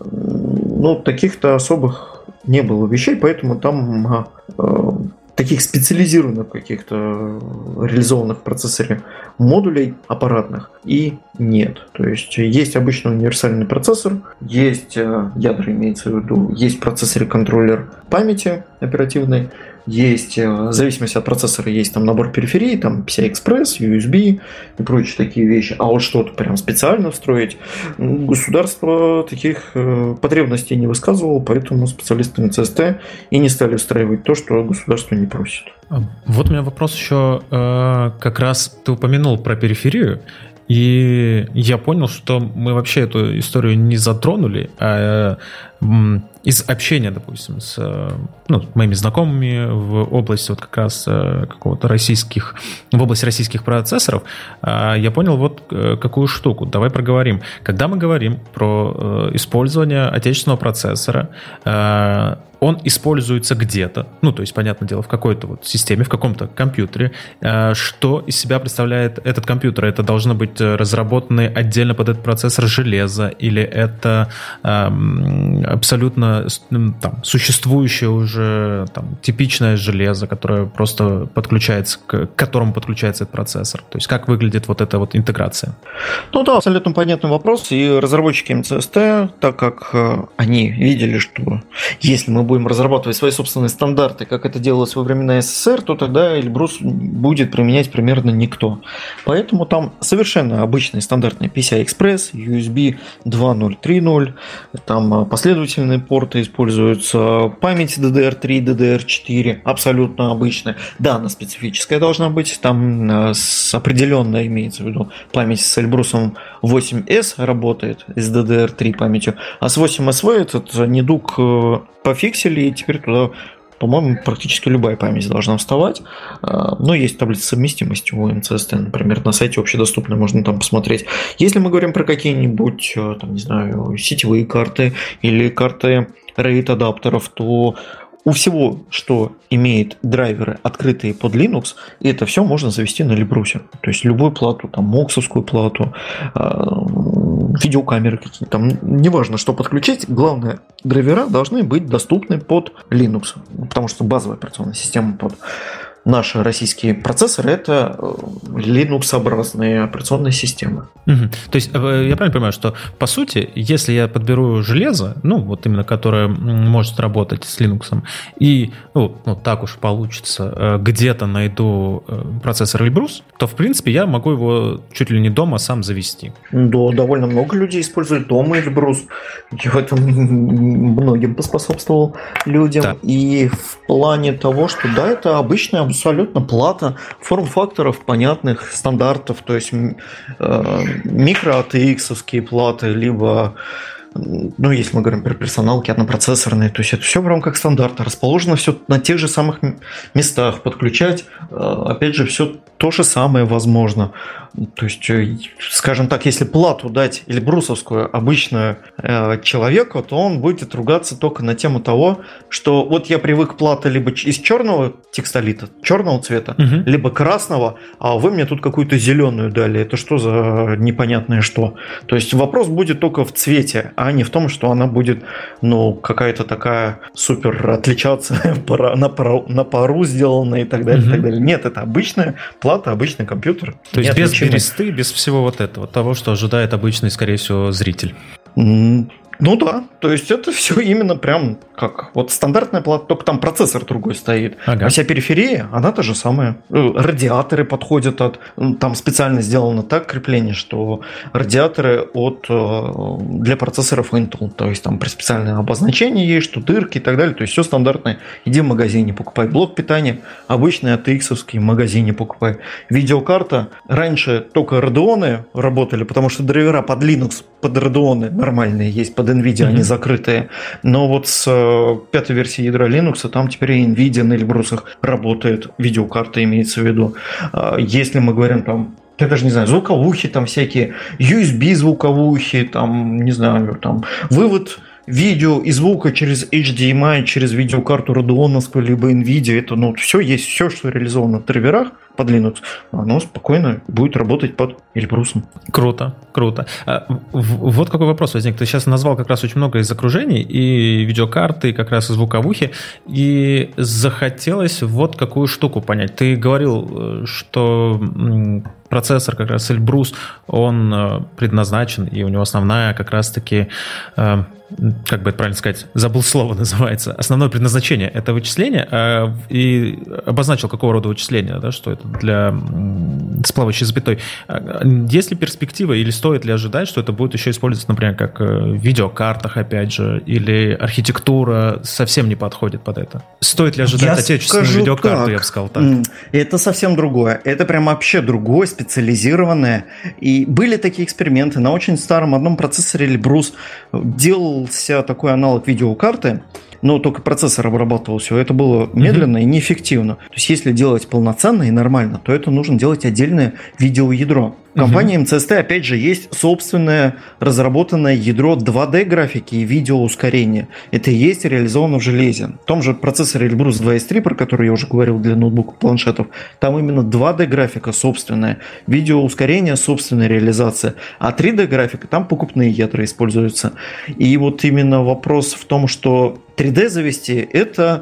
таких-то особых не было вещей, поэтому там таких специализированных каких-то реализованных в процессоре модулей аппаратных и нет. То есть есть обычный универсальный процессор, есть ядра, имеется в виду, есть процессор-контроллер памяти оперативной, есть, в зависимости от процессора, есть там набор периферий, там PCI-Express, USB и прочие такие вещи. А вот что-то прям специально встроить, государство таких потребностей не высказывало, поэтому специалисты МЦСТ и не стали встраивать то, что государство не просит. Вот у меня вопрос еще, как раз ты упомянул про периферию, и я понял, что мы вообще эту историю не затронули, а из общения, допустим, с моими знакомыми в области вот как раз какого-то в области российских процессоров, я понял вот какую штуку. Давай проговорим. Когда мы говорим про использование отечественного процессора, он используется где-то, то есть, понятное дело, в какой-то вот системе, в каком-то компьютере. Что из себя представляет этот компьютер? Это должно быть разработанное отдельно под этот процессор железо, или это абсолютно существующее уже типичное железо, которое просто подключается, к которому подключается этот процессор? То есть, как выглядит вот эта вот интеграция? Да, абсолютно понятный вопрос. И разработчики МЦСТ, так как они видели, что если мы будем разрабатывать свои собственные стандарты, как это делалось во времена СССР, то тогда Эльбрус будет применять примерно никто. Поэтому там совершенно обычные стандартные PCI-Express, USB 2.0, 3.0, там последовательные порты используются, память DDR3, DDR4, абсолютно обычная. Да, она специфическая должна быть, там с определенной, имеется в виду, память с Эльбрусом 8S работает, с DDR3 памятью, а с 8SV этот недуг пофиксили, и теперь туда, по-моему, практически любая память должна вставать. Но есть таблица совместимости у МЦСТ, например, на сайте общедоступной, можно там посмотреть. Если мы говорим про какие-нибудь, сетевые карты или карты RAID-адаптеров, то у всего, что имеет драйверы, открытые под Linux, это все можно завести на Эльбрусе. То есть любую плату, моксовскую плату, видеокамеры какие-то, неважно, что подключить, главное, драйвера должны быть доступны под Linux, потому что базовая операционная система под наши российские процессоры — это Linux-образные операционные системы. То есть я правильно понимаю, что по сути, если я подберу железо, вот именно которое может работать с Linux, и так уж получится, где-то найду процессор Эльбрус, то в принципе я могу его чуть ли не дома сам завести. Да, довольно много людей используют дома Эльбрус. Я в этом многим поспособствовал людям. Да. И в плане того, что да, это обычный Абсолютно плата, форм-факторов понятных, стандартов, то есть микро-ATX-овские платы, либо, ну, если мы говорим про персоналки однопроцессорные, то есть это все в рамках стандарта, расположено все на тех же самых местах, подключать, опять же, все то же самое возможно. То есть, скажем так, если плату дать эльбрусовскую обычную человеку, то он будет ругаться только на тему того, что вот я привык платы либо из черного текстолита, черного цвета, либо красного, а вы мне тут какую-то зеленую дали. Это что за непонятное что? То есть вопрос будет только в цвете, а не в том, что она будет, ну, какая-то такая супер отличаться на пару сделана и так далее, и так далее. Нет, это обычная плата, обычный компьютер. То есть без бересты, без всего вот этого, того, что ожидает обычный, скорее всего, зритель. Ну да, то есть это все именно прям как вот стандартная плата, только там процессор другой стоит. Ага. А вся периферия, она та же самая. Радиаторы подходят там специально сделано так крепление, что радиаторы для процессоров Intel. То есть там специальное обозначение есть, что дырки и так далее. То есть все стандартное. Иди в магазине, покупай блок питания, обычный ATX-овский в магазине покупай. Видеокарта. Раньше только Radeon работали, потому что драйвера под Linux, под Radeon нормальные есть, под NVIDIA они закрытые. Но вот с пятой версии ядра Linux там теперь и NVIDIA на Эльбрусах работает. Видеокарта имеется в виду. Если мы говорим там, я даже не знаю, звуковухи там всякие, USB звуковухи, там, не знаю, там, вывод видео и звука через HDMI, через видеокарту Radeon, либо NVIDIA, это, ну, все есть, все, что реализовано в драйверах под Linux, оно спокойно будет работать под Эльбрусом. Круто, круто. Вот какой вопрос возник. Ты сейчас назвал как раз очень много из окружений, и видеокарты, и как раз и звуковухи, и захотелось вот какую штуку понять. Ты говорил, что процессор как раз Эльбрус, он предназначен, и у него основная как раз-таки, как бы это правильно сказать, забыл слово, называется, основное предназначение — это вычисление, и обозначил, какого рода вычисление, да, что это для с плавающей запятой. Есть ли перспектива или стоит ли ожидать, что это будет еще использоваться, например, как в видеокартах, опять же, или архитектура совсем не подходит под это? Стоит ли ожидать отечественную видеокарту, так, я бы сказал так? Это совсем другое. Это прям вообще другое, специализированное. И были такие эксперименты. На очень старом одном процессоре Эльбрус делался такой аналог видеокарты, но только процессор обрабатывал все. Это было медленно и неэффективно. То есть, если делать полноценно и нормально, то это нужно делать отдельное видеоядро. В компании МЦСТ, опять же, есть собственное разработанное ядро 2D графики и видеоускорения. Это и есть реализовано в железе. В том же процессоре Эльбрус 2S3, про который я уже говорил для ноутбуков, планшетов, там именно 2D графика собственная, видеоускорение собственная реализация, а 3D графика, там покупные ядра используются. И вот именно вопрос в том, что 3D завести, это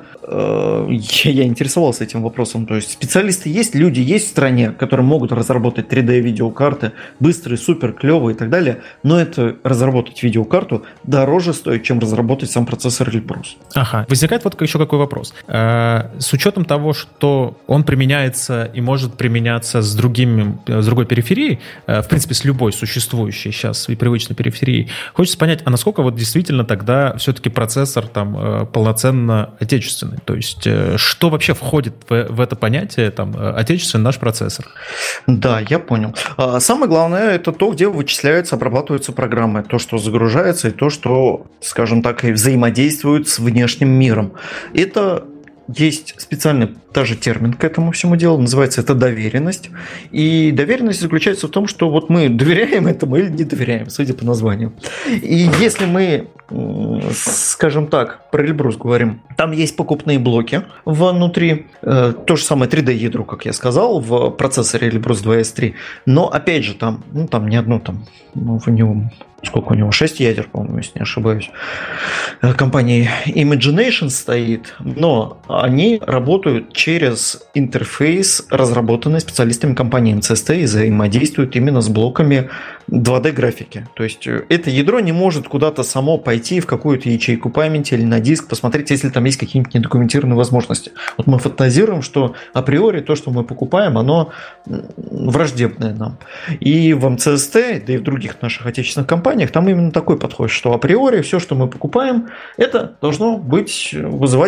я интересовался этим вопросом. То есть специалисты есть, люди есть в стране, которые могут разработать 3D видеокарты, быстрые, супер, клевые и так далее, но это разработать видеокарту дороже стоит, чем разработать сам процессор Эльбрус. Ага. Возникает вот еще какой вопрос. С учетом того, что он применяется и может применяться с другой периферией, в принципе, с любой существующей сейчас и привычной периферией, хочется понять, а насколько вот действительно тогда все-таки процессор там полноценно отечественный? То есть, что вообще входит в это понятие, там, отечественный наш процессор? Да, я понял. Самое главное, это то, где вычисляются, обрабатываются программы, то, что загружается, и то, что, скажем так, и взаимодействует с внешним миром. Это есть специальный даже термин к этому всему делу, называется это доверенность. И доверенность заключается в том, что вот мы доверяем этому или не доверяем, судя по названию. И если мы, скажем так, про Эльбрус говорим, там есть покупные блоки внутри, то же самое 3D-ядро, как я сказал, в процессоре Эльбрус 2S3, но опять же там, там не одно, там в нем... Сколько у него? 6 ядер, по-моему, если не ошибаюсь. Компания Imagination стоит, но они работают через интерфейс, разработанный специалистами компании МЦСТ, и взаимодействуют именно с блоками 2D графики. То есть это ядро не может куда-то само пойти в какую-то ячейку памяти или на диск, посмотреть, если там есть какие-нибудь недокументированные возможности. Вот мы фантазируем, что априори то, что мы покупаем, оно враждебное нам. И в МЦСТ, да и в других наших отечественных компаниях там именно такой подход, что априори все, что мы покупаем, это должно быть, вызывать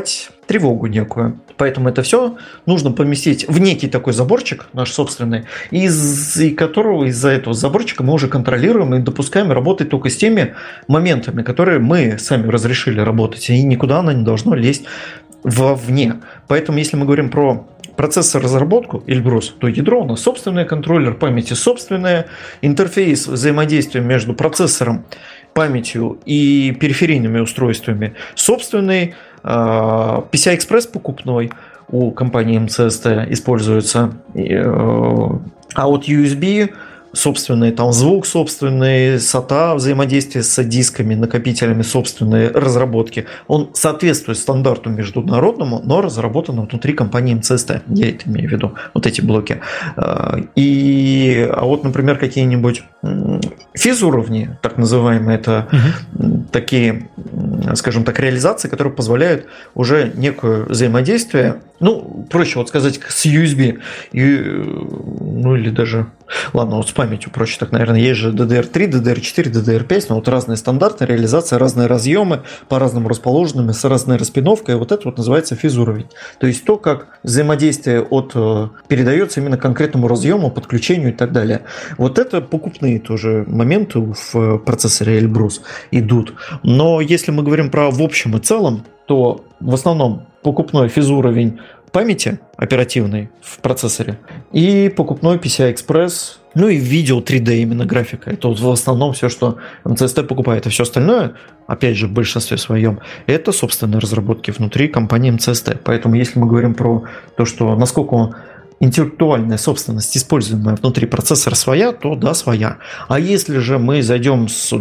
тревогу некую. Поэтому это все нужно поместить в некий такой заборчик, наш собственный, из-за этого заборчика мы уже контролируем и допускаем работать только с теми моментами, которые мы сами разрешили работать, и никуда оно не должно лезть вовне. Поэтому, если мы говорим про процессор разработку Эльбрус, то ядро у нас собственный, контроллер памяти собственное, интерфейс взаимодействия между процессором, памятью и периферийными устройствами собственный, PCI-Express покупной у компании MCST используется, а вот USB собственный, там звук собственный, SATA, взаимодействие с дисками, накопителями собственной разработки. Он соответствует стандарту международному, но разработан внутри компании MCST. Я это имею в виду, вот эти блоки. А вот, например, какие-нибудь физ-уровни, так называемые, это такие, скажем так, реализации, которые позволяют уже некое взаимодействие, проще вот сказать, с USB, или даже, ладно, вот с памятью проще так, наверное, есть же DDR3, DDR4, DDR5, но вот разные стандарты, реализация, разные разъемы, по-разному расположенными, с разной распиновкой, вот это вот называется физ-уровень. То есть то, как взаимодействие передается именно конкретному разъему, подключению и так далее. Вот это покупные тоже моменты в процессоре Эльбрус идут. Но если мы говорим про в общем и целом, то в основном покупной физ-уровень памяти оперативной в процессоре и покупной PCI-Express, и видео 3D именно графика. Это вот в основном все, что MCST покупает. А все остальное, опять же, в большинстве своем, это собственные разработки внутри компании MCST. Поэтому если мы говорим про то, что насколько интеллектуальная собственность, используемая внутри процессора, своя, то да, своя. А если же мы зайдем с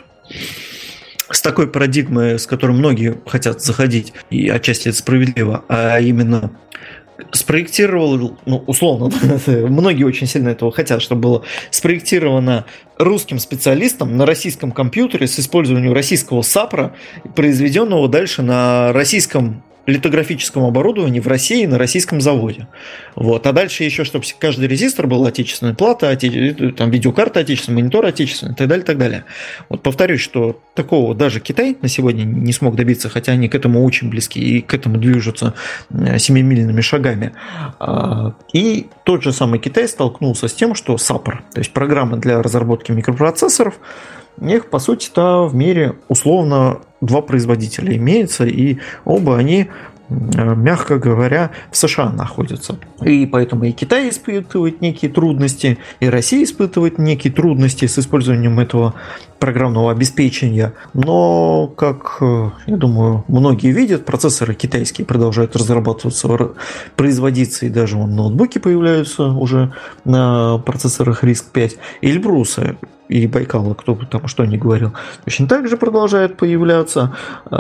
такой парадигмой, с которой многие хотят заходить, и отчасти это справедливо, а именно спроектировал, условно, многие очень сильно этого хотят, чтобы было спроектировано русским специалистом на российском компьютере с использованием российского САПРа, произведенного дальше на российском литографическом оборудовании в России на российском заводе. Вот. А дальше еще, чтобы каждый резистор был отечественной, плата, там, видеокарта отечественная, монитор отечественный и так далее, и так далее. Вот повторюсь, что такого даже Китай на сегодня не смог добиться, хотя они к этому очень близки и к этому движутся семимильными шагами. И тот же самый Китай столкнулся с тем, что САПР, то есть программа для разработки микропроцессоров, их, по сути-то, в мире условно два производителя имеется, и оба они, мягко говоря, в США находятся. И поэтому и Китай испытывает некие трудности, и Россия испытывает некие трудности с использованием этого программного обеспечения. Но, как, я думаю, многие видят, процессоры китайские продолжают разрабатываться, производиться, и даже ноутбуки появляются уже на процессорах RISC-V. Эльбрусы и Байкала, кто бы там что ни говорил, точно так же продолжает появляться.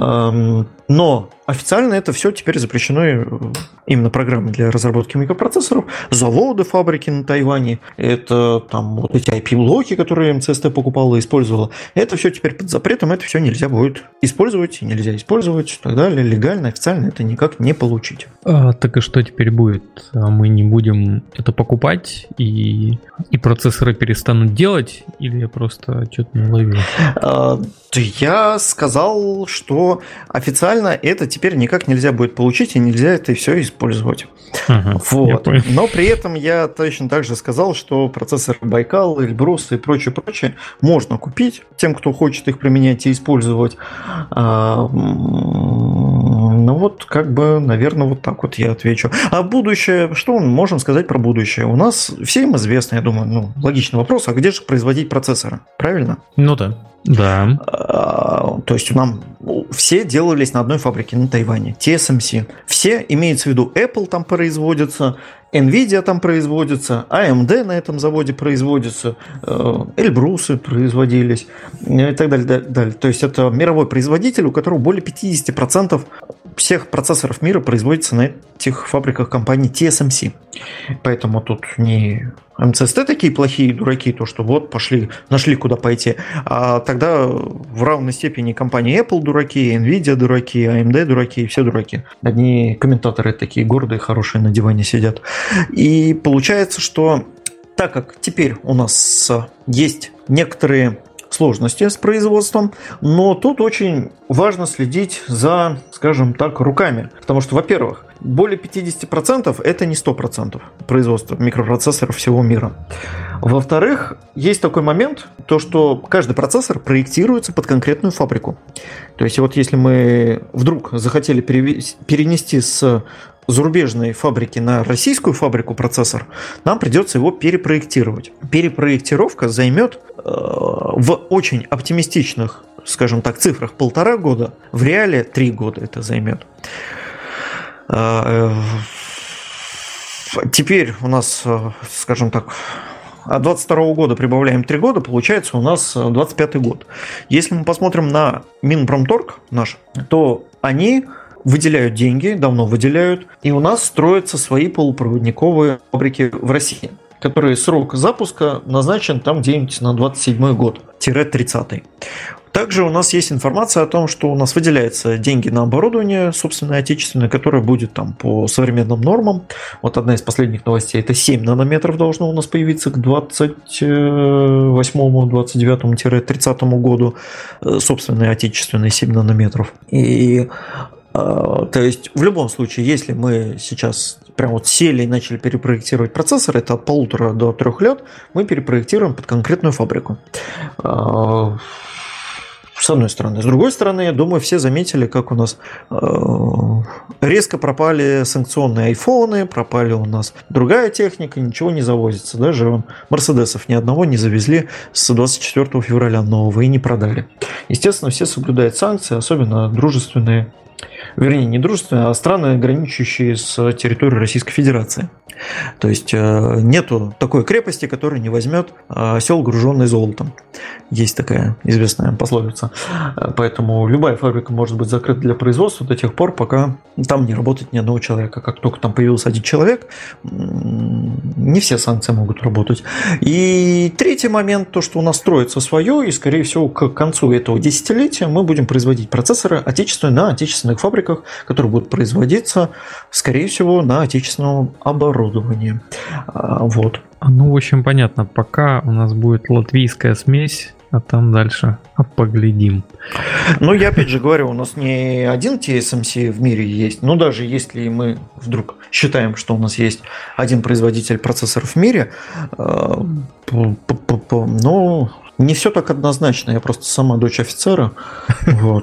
Но официально это все теперь запрещено, именно программы для разработки микропроцессоров, заводы, фабрики на Тайване, это там вот эти IP-блоки, которые МЦСТ покупала и использовала, это все теперь под запретом, это все нельзя будет использовать, нельзя использовать и так далее, легально, официально это никак не получить. Так и что теперь будет? Мы не будем это покупать и процессоры перестанут делать, или я просто что-то не ловил? Я сказал, что официально это теперь никак нельзя будет получить, и нельзя это все использовать. Вот. Но при этом я точно так же сказал, что процессоры Байкал, Эльбрус и прочее можно купить тем, кто хочет их применять и использовать. Наверное, вот так вот я отвечу. А будущее, что мы можем сказать про будущее? У нас всем известно, я думаю, логичный вопрос, а где же производить процессоры? Правильно? Да. Да. То есть нам все делались на одной фабрике на Тайване, TSMC. Все, имеется в виду, Apple там производится, Nvidia там производится, AMD на этом заводе производится, Эльбрусы производились и так далее. То есть это мировой производитель, у которого более 50% всех процессоров мира производится на этих фабриках компании TSMC. Поэтому тут не МЦСТ такие плохие дураки, то что вот пошли, нашли куда пойти. А тогда в равной степени компании Apple дураки, Nvidia дураки, AMD дураки, все дураки. Одни комментаторы такие гордые, хорошие на диване сидят. И получается, что так как теперь у нас есть некоторые сложности с производством, но тут очень важно следить за, скажем так, руками. Потому что, во-первых, более 50% это не 100% производства микропроцессоров всего мира. Во-вторых, есть такой момент, то что каждый процессор проектируется под конкретную фабрику. То есть вот если мы вдруг захотели перенести с зарубежной фабрики на российскую фабрику процессор, нам придется его перепроектировать. Перепроектировка займет в очень оптимистичных, скажем так, цифрах 1,5 года, в реале 3 года это займет. Теперь у нас, скажем так, от 2022 года прибавляем 3 года, получается у нас 2025 год. Если мы посмотрим на Минпромторг наш, то они выделяют деньги, давно выделяют, и у нас строятся свои полупроводниковые фабрики в России, которые срок запуска назначен там где-нибудь на 27 год-30. Также у нас есть информация о том, что у нас выделяются деньги на оборудование собственное отечественное, которое будет там по современным нормам. Вот одна из последних новостей, это 7 нанометров должно у нас появиться к 28-29-30 году, собственные отечественные 7 нанометров. И то есть в любом случае, если мы сейчас прям вот сели и начали перепроектировать процессор, это от 1,5 до 3 лет, мы перепроектируем под конкретную фабрику. С одной стороны. С другой стороны, я думаю, все заметили, как у нас резко пропали санкционные айфоны, пропали у нас другая техника, ничего не завозится. Даже Мерседесов ни одного не завезли с 24 февраля нового и не продали. Естественно, все соблюдают санкции, особенно дружественные, вернее, не дружественные, а страны, граничащие с территорией Российской Федерации. То есть нету такой крепости, которая не возьмет осел, груженный золотом. Есть такая известная пословица. Поэтому любая фабрика может быть закрыта для производства до тех пор, пока там не работает ни одного человека. Как только там появился один человек, не все санкции могут работать. И третий момент, то, что у нас строится свое, и, скорее всего, к концу этого десятилетия мы будем производить процессоры отечественные на отечественных фабриках, которые будут производиться, скорее всего, на отечественном оборудовании. Вот. Ну, в общем, понятно. Пока у нас будет латвийская смесь, а там дальше поглядим. Ну, я опять же говорю, у нас не один TSMC в мире есть, но даже если мы вдруг считаем, что у нас есть один производитель процессоров в мире, но не все так однозначно. Я просто сама дочь офицера. Вот.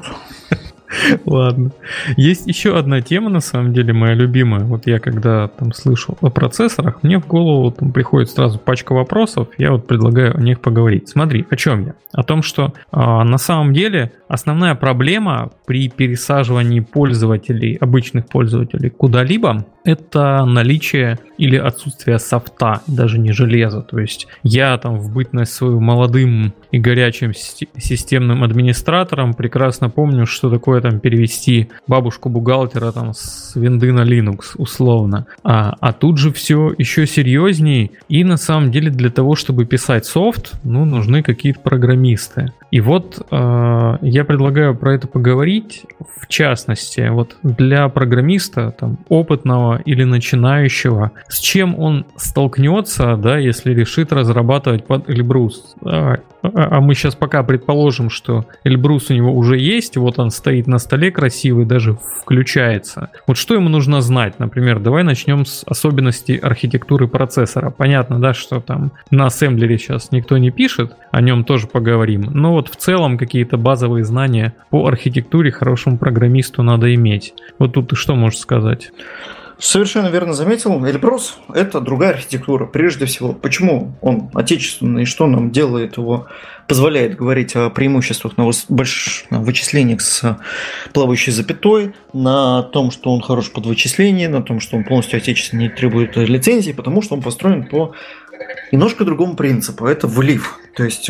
Ладно. Есть еще одна тема, на самом деле, моя любимая. Вот я когда там слышу о процессорах, мне в голову там приходит сразу пачка вопросов, я вот предлагаю о них поговорить. Смотри, о чем я? О том, что на самом деле основная проблема при пересаживании пользователей, обычных пользователей куда-либо, это наличие или отсутствие софта, даже не железа. То есть я там в бытность свою молодым и горячим системным администратором прекрасно помню, что такое там перевести бабушку бухгалтера там с винды на Linux условно. А тут же все еще серьезней. И на самом деле для того, чтобы писать софт, нужны какие-то программисты. И вот я предлагаю про это поговорить. В частности, вот для программиста там, опытного или начинающего, с чем он столкнется, да, если решит разрабатывать под Эльбрус. А мы сейчас пока предположим, что Эльбрус у него уже есть, вот он стоит на столе красивый, даже включается. Вот что ему нужно знать? Например, давай начнем с особенностей архитектуры процессора. Понятно, да, что там на ассемблере сейчас никто не пишет, о нем тоже поговорим. Но вот в целом какие-то базовые знания по архитектуре хорошему программисту надо иметь. Вот тут ты что можешь сказать? Совершенно верно заметил. Эльбрус – это другая архитектура. Прежде всего, почему он отечественный и что нам делает его, позволяет говорить о преимуществах на вычислениях с плавающей запятой, на том, что он хорош под вычисление, на том, что он полностью отечественный, не требует лицензии, потому что он построен по немножко другому принципу. Это влив. То есть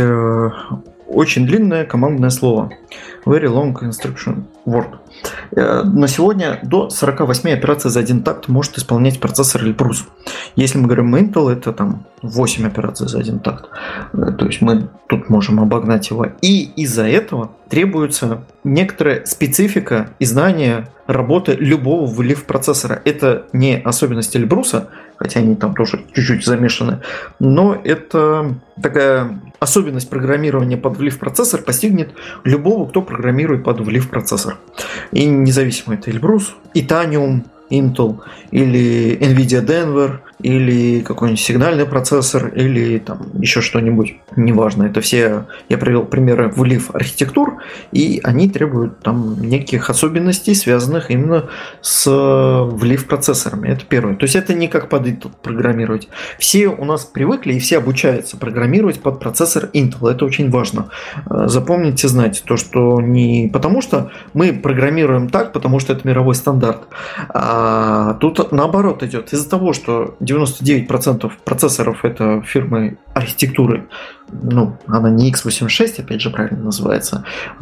очень длинное командное слово. Very long instruction word. На сегодня до 48 операций за один такт может исполнять процессор Эльбрус. Если мы говорим Intel, это там 8 операций за один такт. То есть мы тут можем обогнать его. И из-за этого требуется некоторая специфика и знание работы любого влив-процессора. Это не особенность Эльбруса, хотя они там тоже чуть-чуть замешаны, но это такая особенность программирования под влив-процессор постигнет любого, кто программирует под влив-процессор. И независимо, это Эльбрус, Itanium, Intel или NVIDIA Denver, или какой-нибудь сигнальный процессор, или там еще что-нибудь, неважно. Это все, я привел примеры влив архитектур, и они требуют там неких особенностей, связанных именно с влив процессорами. Это первое. То есть это не как под Intel программировать. Все у нас привыкли и все обучаются программировать под процессор Intel. Это очень важно. Запомните, знайте то, что не потому, что мы программируем так, потому что это мировой стандарт. А тут наоборот идет. Из-за того, что 99% процессоров это фирмы архитектуры, она не x86, опять же, правильно называется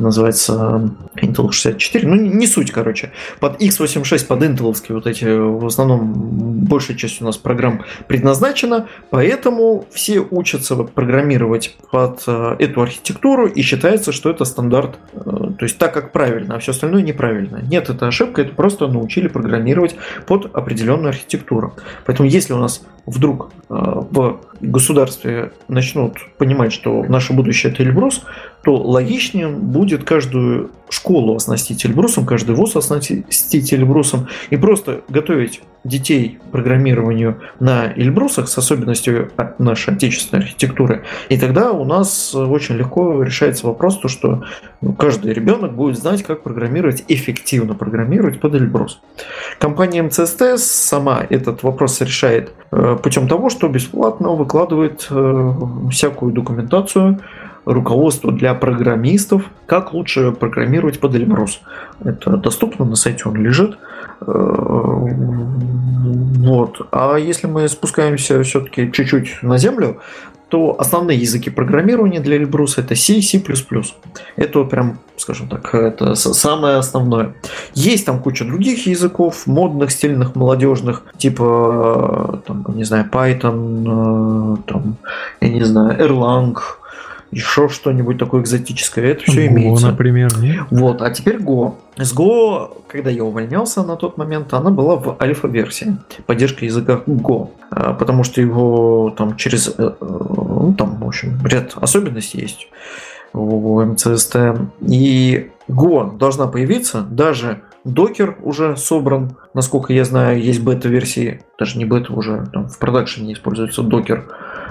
Intel 64, не суть, короче. Под x86, под интеловские вот эти, в основном, большая часть у нас программ предназначена, поэтому все учатся программировать под эту архитектуру и считается, что это стандарт, то есть так, как правильно, а все остальное неправильно. Нет, это ошибка, это просто научили программировать под определенную архитектуру. Поэтому если у нас вдруг в государстве начнут понимать, что наше будущее это Эльбрус, то логичнее будет каждую школу оснастить Эльбрусом, каждый вуз оснастить Эльбрусом и просто готовить детей к программированию на Эльбрусах с особенностью нашей отечественной архитектуры. И тогда у нас очень легко решается вопрос, то, что каждый ребенок будет знать, как программировать, эффективно программировать под Эльбрус. Компания МЦСТ сама этот вопрос решает путем того, что бесплатно выкладывает всякую документацию, руководство для программистов, как лучше программировать под Эльбрус. Это доступно на сайте, он лежит. Вот. А если мы спускаемся все-таки чуть-чуть на землю, то основные языки программирования для Эльбруса это C, C++. Это прям, скажем так, это самое основное. Есть там куча других языков, модных, стильных, молодежных, типа, там, не знаю, Python, там, я не знаю, Erlang, еще что-нибудь такое экзотическое, это все имеется. Go, например, нет? Вот, а теперь Go. С Go, когда я увольнялся на тот момент, она была в альфа-версии, поддержка языка Go, потому что его там через, там, в общем, ряд особенностей есть у МЦСТ, и Go должна появиться, даже Докер уже собран, насколько я знаю, есть бета-версии, даже не бета, уже там в продакшене используется Докер,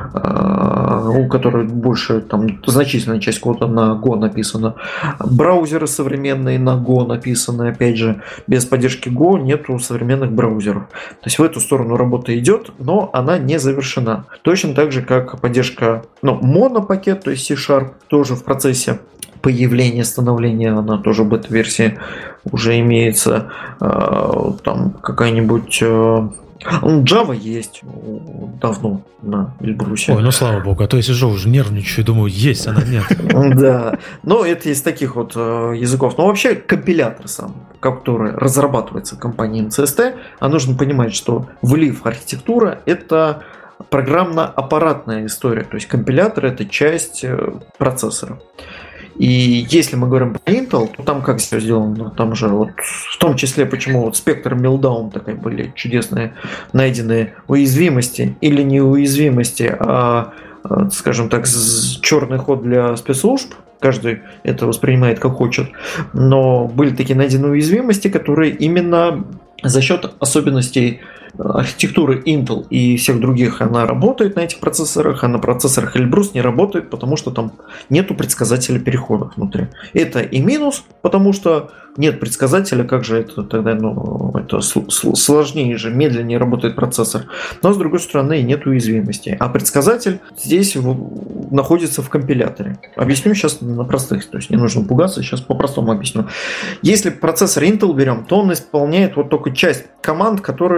у которой больше, там, значительная часть кода на Go написана. Браузеры современные на Go написаны, опять же, без поддержки Go нету современных браузеров. То есть в эту сторону работа идет, но она не завершена. Точно так же, как поддержка, монопакет, то есть C# тоже в процессе появления, становления, она тоже в бета-версии уже имеется. Там какая-нибудь... Java есть давно на Эльбрусе. Ой, слава богу, а то я сижу уже нервничаю, думаю, есть, она нет. Да, но это из таких вот языков. Но вообще компилятор сам, который разрабатывается компанией МЦСТ, а нужно понимать, что влив архитектура это программно-аппаратная история. То есть компилятор это часть процессора. И если мы говорим про Intel, то там как все сделано? Там же вот в том числе, почему вот Spectre Meltdown такие были чудесные найденные уязвимости или не уязвимости, а, скажем так, черный ход для спецслужб. Каждый это воспринимает как хочет. Но были такие найденные уязвимости, которые именно за счет особенностей архитектуры Intel и всех других она работает на этих процессорах, а на процессорах Эльбрус не работает, потому что там нету предсказателя перехода внутри. Это и минус, потому что нет предсказателя, как же это тогда, это сложнее же, медленнее работает процессор. Но с другой стороны нет уязвимости. А предсказатель здесь находится в компиляторе. Объясню сейчас на простых, то есть не нужно пугаться, сейчас по-простому объясню. Если процессор Intel берем, то он исполняет вот только часть команд, которые он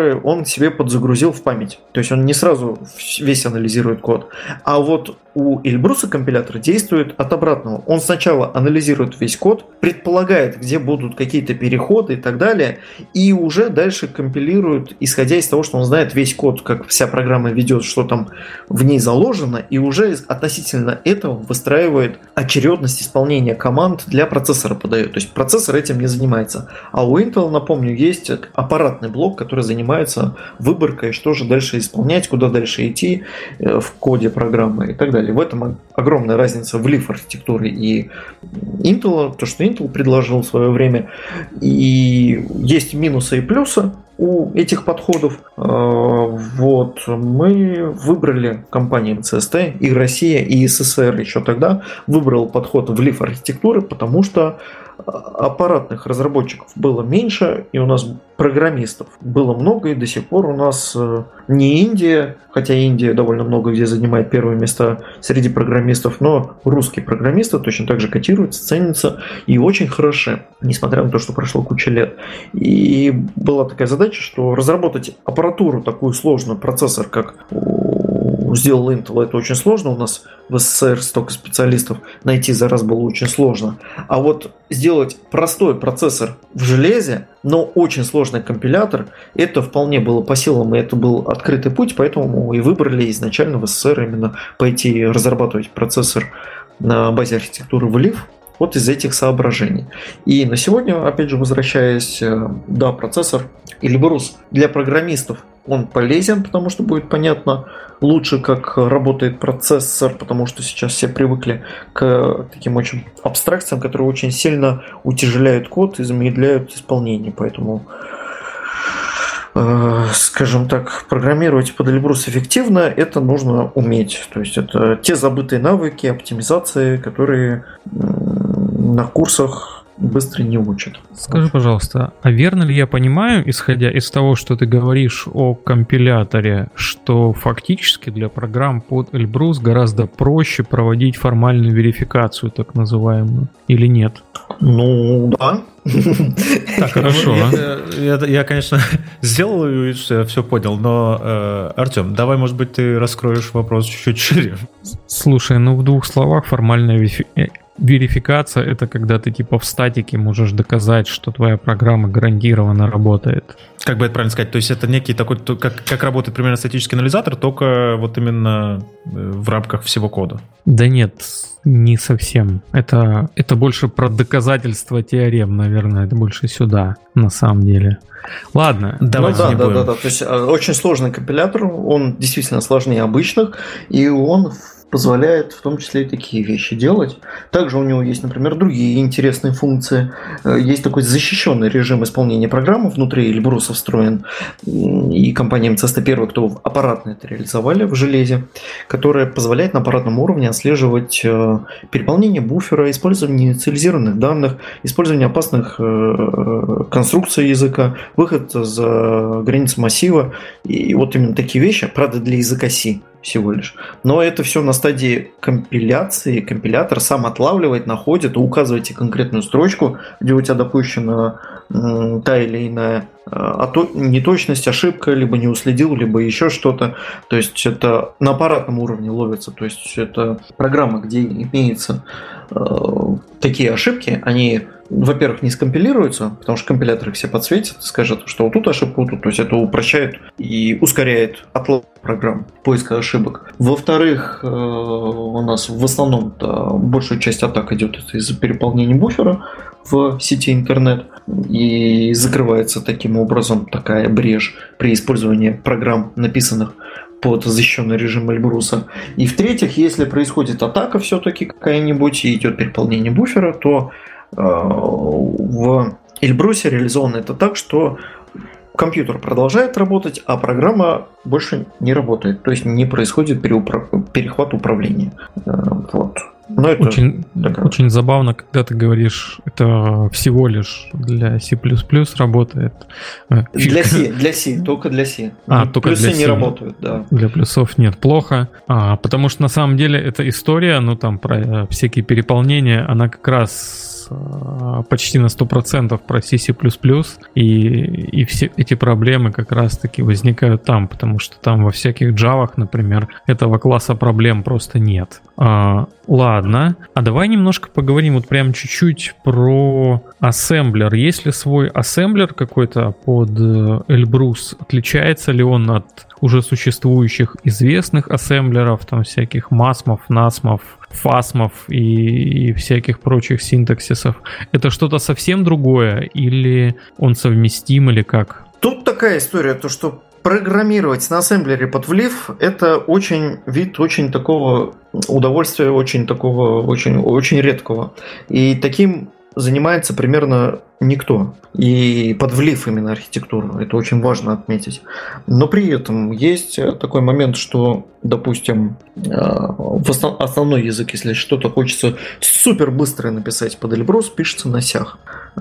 он себе подзагрузил в память. То есть он не сразу весь анализирует код. А вот у Эльбруса компилятор действует от обратного. Он сначала анализирует весь код, предполагает, где будут какие-то переходы и так далее, и уже дальше компилирует, исходя из того, что он знает весь код, как вся программа ведет, что там в ней заложено, и уже относительно этого выстраивает очередность исполнения команд для процессора подает. То есть процессор этим не занимается. А у Intel, напомню, есть аппаратный блок, который занимается выборкой, что же дальше исполнять, куда дальше идти в коде программы и так далее. В этом огромная разница в Leaf архитектуре и Intel, то, что Intel предложил в свое время. И есть минусы и плюсы у этих подходов. Вот мы выбрали компании CST, и Россия, и СССР еще тогда выбрал подход в Leaf архитектуры, потому что аппаратных разработчиков было меньше, и у нас программистов было много, и до сих пор у нас не Индия, хотя Индия довольно много где занимает первые места среди программистов, но русские программисты точно так же котируются, ценятся и очень хороши, несмотря на то, что прошло куча лет. И была такая задача, что разработать аппаратуру такую сложную, процессор, как сделал Intel, это очень сложно. У нас в СССР столько специалистов найти за раз было очень сложно. А вот сделать простой процессор в железе, но очень сложный компилятор, это вполне было по силам, и это был открытый путь, поэтому мы и выбрали изначально в СССР именно пойти разрабатывать процессор на базе архитектуры в Leaf. Вот из этих соображений. И на сегодня, опять же, возвращаясь, да, процессор Elbrus для программистов он полезен, потому что будет понятно лучше, как работает процессор, потому что сейчас все привыкли к таким очень абстракциям, которые очень сильно утяжеляют код и замедляют исполнение. Поэтому, скажем так, программировать под Elbrus эффективно, это нужно уметь. То есть это те забытые навыки оптимизации, которые на курсах быстро не учат. Скажи, пожалуйста, а верно ли я понимаю, исходя из того, что ты говоришь о компиляторе, что фактически для программ под Elbrus гораздо проще проводить формальную верификацию, так называемую, или нет? Ну, да. Так, хорошо. Я, конечно, сделал и все понял, но, Артем, давай, может быть, ты раскроешь вопрос чуть-чуть шире. Слушай, ну в двух словах формальная верификация — это когда ты типа в статике можешь доказать, что твоя программа гарантированно работает. Как бы это правильно сказать? То есть это некий такой, как работает примерно статический анализатор, только вот именно в рамках всего кода. Да нет, не совсем. Это больше про доказательство теорем, наверное. Это больше сюда, на самом деле. Ладно. Давайте не будем. Да. То есть очень сложный компилятор, он действительно сложнее обычных, и он позволяет в том числе и такие вещи делать. Также у него есть, например, другие интересные функции. Есть такой защищенный режим исполнения программы, внутри Elbrus встроен, и компания МЦСТ первая, кто аппаратно это реализовали в железе, которая позволяет на аппаратном уровне отслеживать переполнение буфера, использование инициализированных данных, использование опасных конструкций языка, выход за границы массива, и вот именно такие вещи, правда, для языка C всего лишь. Но это все на стадии компиляции. Компилятор сам отлавливает, находит, указываете конкретную строчку, где у тебя допущена та или иная неточность, ошибка, либо не уследил, либо еще что-то. То есть это на аппаратном уровне ловится. То есть это программа, где имеются такие ошибки, они, во-первых, не скомпилируются, потому что компиляторы все подсветят, скажут, что вот тут ошибка, вот тут. То есть это упрощает и ускоряет отлов программ, поиска ошибок. Во-вторых, у нас в основном большая часть атак идет из-за переполнения буфера в сети интернет, и закрывается таким образом такая брешь при использовании программ, написанных под защищенный режим Эльбруса. И в-третьих, если происходит атака все-таки какая-нибудь и идет переполнение буфера, то в Эльбрусе реализовано это так, что компьютер продолжает работать, а программа больше не работает. То есть не происходит перехват управления. Вот. Но это очень забавно, когда ты говоришь, это всего лишь для C++ работает. Для C, только для C. Только плюсы для C. Не работают, да. Для плюсов нет, плохо. Потому что на самом деле эта история, там про всякие переполнения, она как раз почти на 100% про C++, и все эти проблемы как раз-таки возникают там, потому что там во всяких Java, например, этого класса проблем просто нет. Ладно, а давай немножко поговорим вот прям чуть-чуть про ассемблер. Есть ли свой ассемблер какой-то под Эльбрус? Отличается ли он от уже существующих известных ассемблеров, там всяких масмов, насмов, фасмов и всяких прочих синтаксисов? Это что-то совсем другое или он совместим или как? Тут такая история, то что программировать на ассемблере под влив – это вид очень такого удовольствия, очень редкого. И таким занимается примерно никто. И под влив именно архитектуру. Это очень важно отметить. Но при этом есть такой момент, что, допустим, основной язык, если что-то хочется супер быстро написать под Эльбрус, пишется на сях.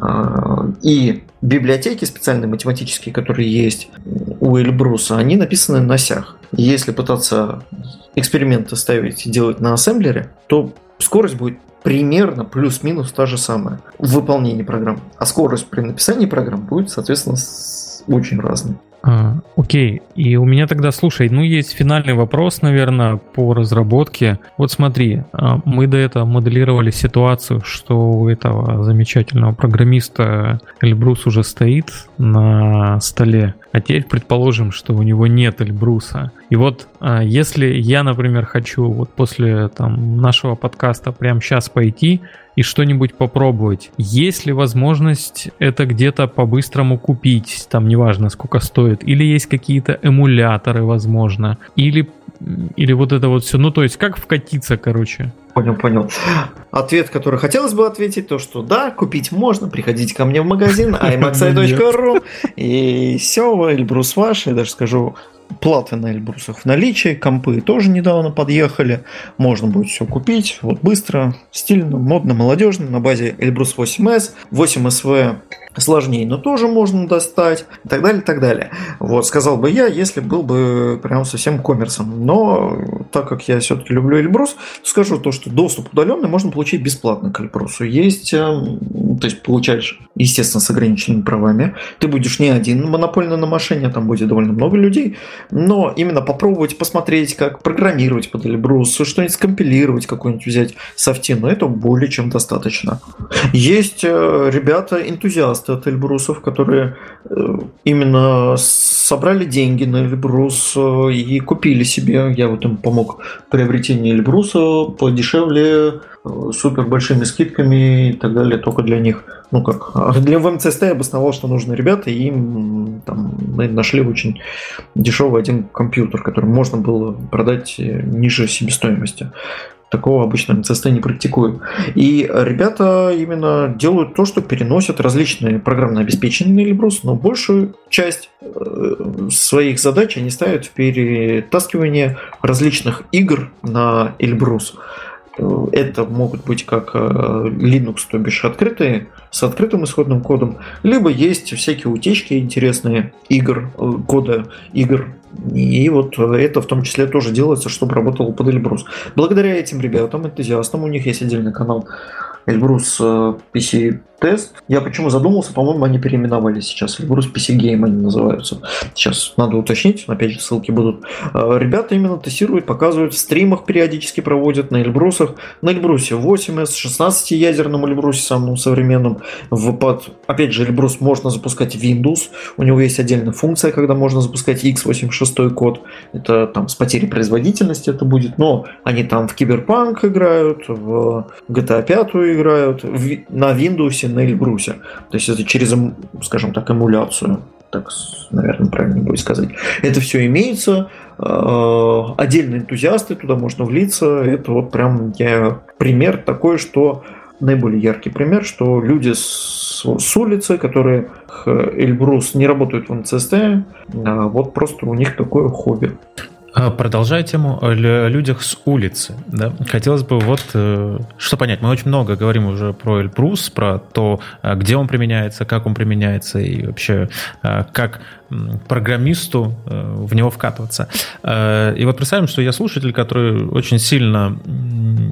И библиотеки специальные математические, которые есть у Эльбруса, они написаны на сях. И если пытаться эксперименты ставить и делать на ассемблере, то скорость будет примерно плюс-минус та же самая в выполнении программ. А скорость при написании программ будет, соответственно, очень разной. Окей, и у меня тогда, слушай, есть финальный вопрос, наверное, по разработке. Вот смотри, мы до этого моделировали ситуацию, что у этого замечательного программиста Эльбрус уже стоит на столе, а теперь предположим, что у него нет Эльбруса. И вот если я, например, хочу вот после нашего подкаста прямо сейчас пойти и что-нибудь попробовать, есть ли возможность это где-то по-быстрому купить, там неважно сколько стоит, или есть какие-то эмуляторы, возможно, или вот это вот все, то есть как вкатиться, короче. Понял. Ответ, который хотелось бы ответить, то что да, купить можно, приходите ко мне в магазин imaxi.ru и все, Эльбрус ваш, я даже скажу, платы на Эльбрусах в наличии, компы тоже недавно подъехали, можно будет все купить, вот быстро, стильно, модно, молодежно, на базе Эльбрус 8S, 8SV сложнее, но тоже можно достать, и так далее, и так далее. Вот, сказал бы я, если был бы прям совсем коммерсом. Но так как я все-таки люблю Эльбрус, скажу то, что доступ удаленный можно получить бесплатно к Эльбрусу. Есть, то есть получаешь, естественно, с ограниченными правами. Ты будешь не один монопольно на машине, там будет довольно много людей, но именно попробовать посмотреть, как программировать под Эльбрус, что-нибудь скомпилировать, какой-нибудь взять софтину, это более чем достаточно. Есть ребята-энтузиасты от Эльбрусов, которые именно собрали деньги на Эльбрус и купили себе, я вот им помог в приобретении Эльбруса подешевле, супер большими скидками и так далее, только для них. Для ВМЦСТ я обосновал, что нужны ребята, и им мы нашли очень дешевый один компьютер, который можно было продать ниже себестоимости. Такого обычно МЦСТ не практикуют. И ребята именно делают то, что переносят различные программные обеспечения на Эльбрус, но большую часть своих задач они ставят в перетаскивание различных игр на Эльбрус. Это могут быть как Linux, то бишь открытые, с открытым исходным кодом, либо есть всякие утечки интересные кода игр. И вот это в том числе тоже делается, чтобы работало под Эльбрус. Благодаря этим ребятам, энтузиастам, у них есть отдельный канал Эльбрус PC Test. Я почему задумался, по-моему, они переименовались сейчас. Эльбрус PC Game они называются. Сейчас надо уточнить, опять же ссылки будут. Ребята именно тестируют, показывают, в стримах периодически проводят на Эльбрусах. На Эльбрусе 8S, 16-ядерном Эльбрусе, самом современном. Опять же, Эльбрус можно запускать Windows. У него есть отдельная функция, когда можно запускать x86 код. Это с потерей производительности это будет. Но они там в Киберпанк играют, в GTA 5 играют, на Windows, на Эльбрусе. То есть это через, скажем так, эмуляцию. Так, наверное, правильно будет сказать. Это все имеется. Отдельные энтузиасты, туда можно влиться. Это вот прям пример такой, что наиболее яркий пример, что люди с улицы, которые Эльбрус не работают в МЦСТ, вот просто у них такое хобби. Продолжая тему о людях с улицы, да, хотелось бы что понять. Мы очень много говорим уже про Эльбрус, про то, где он применяется, как он применяется и вообще как программисту в него вкатываться. И вот представим, что я слушатель, который очень сильно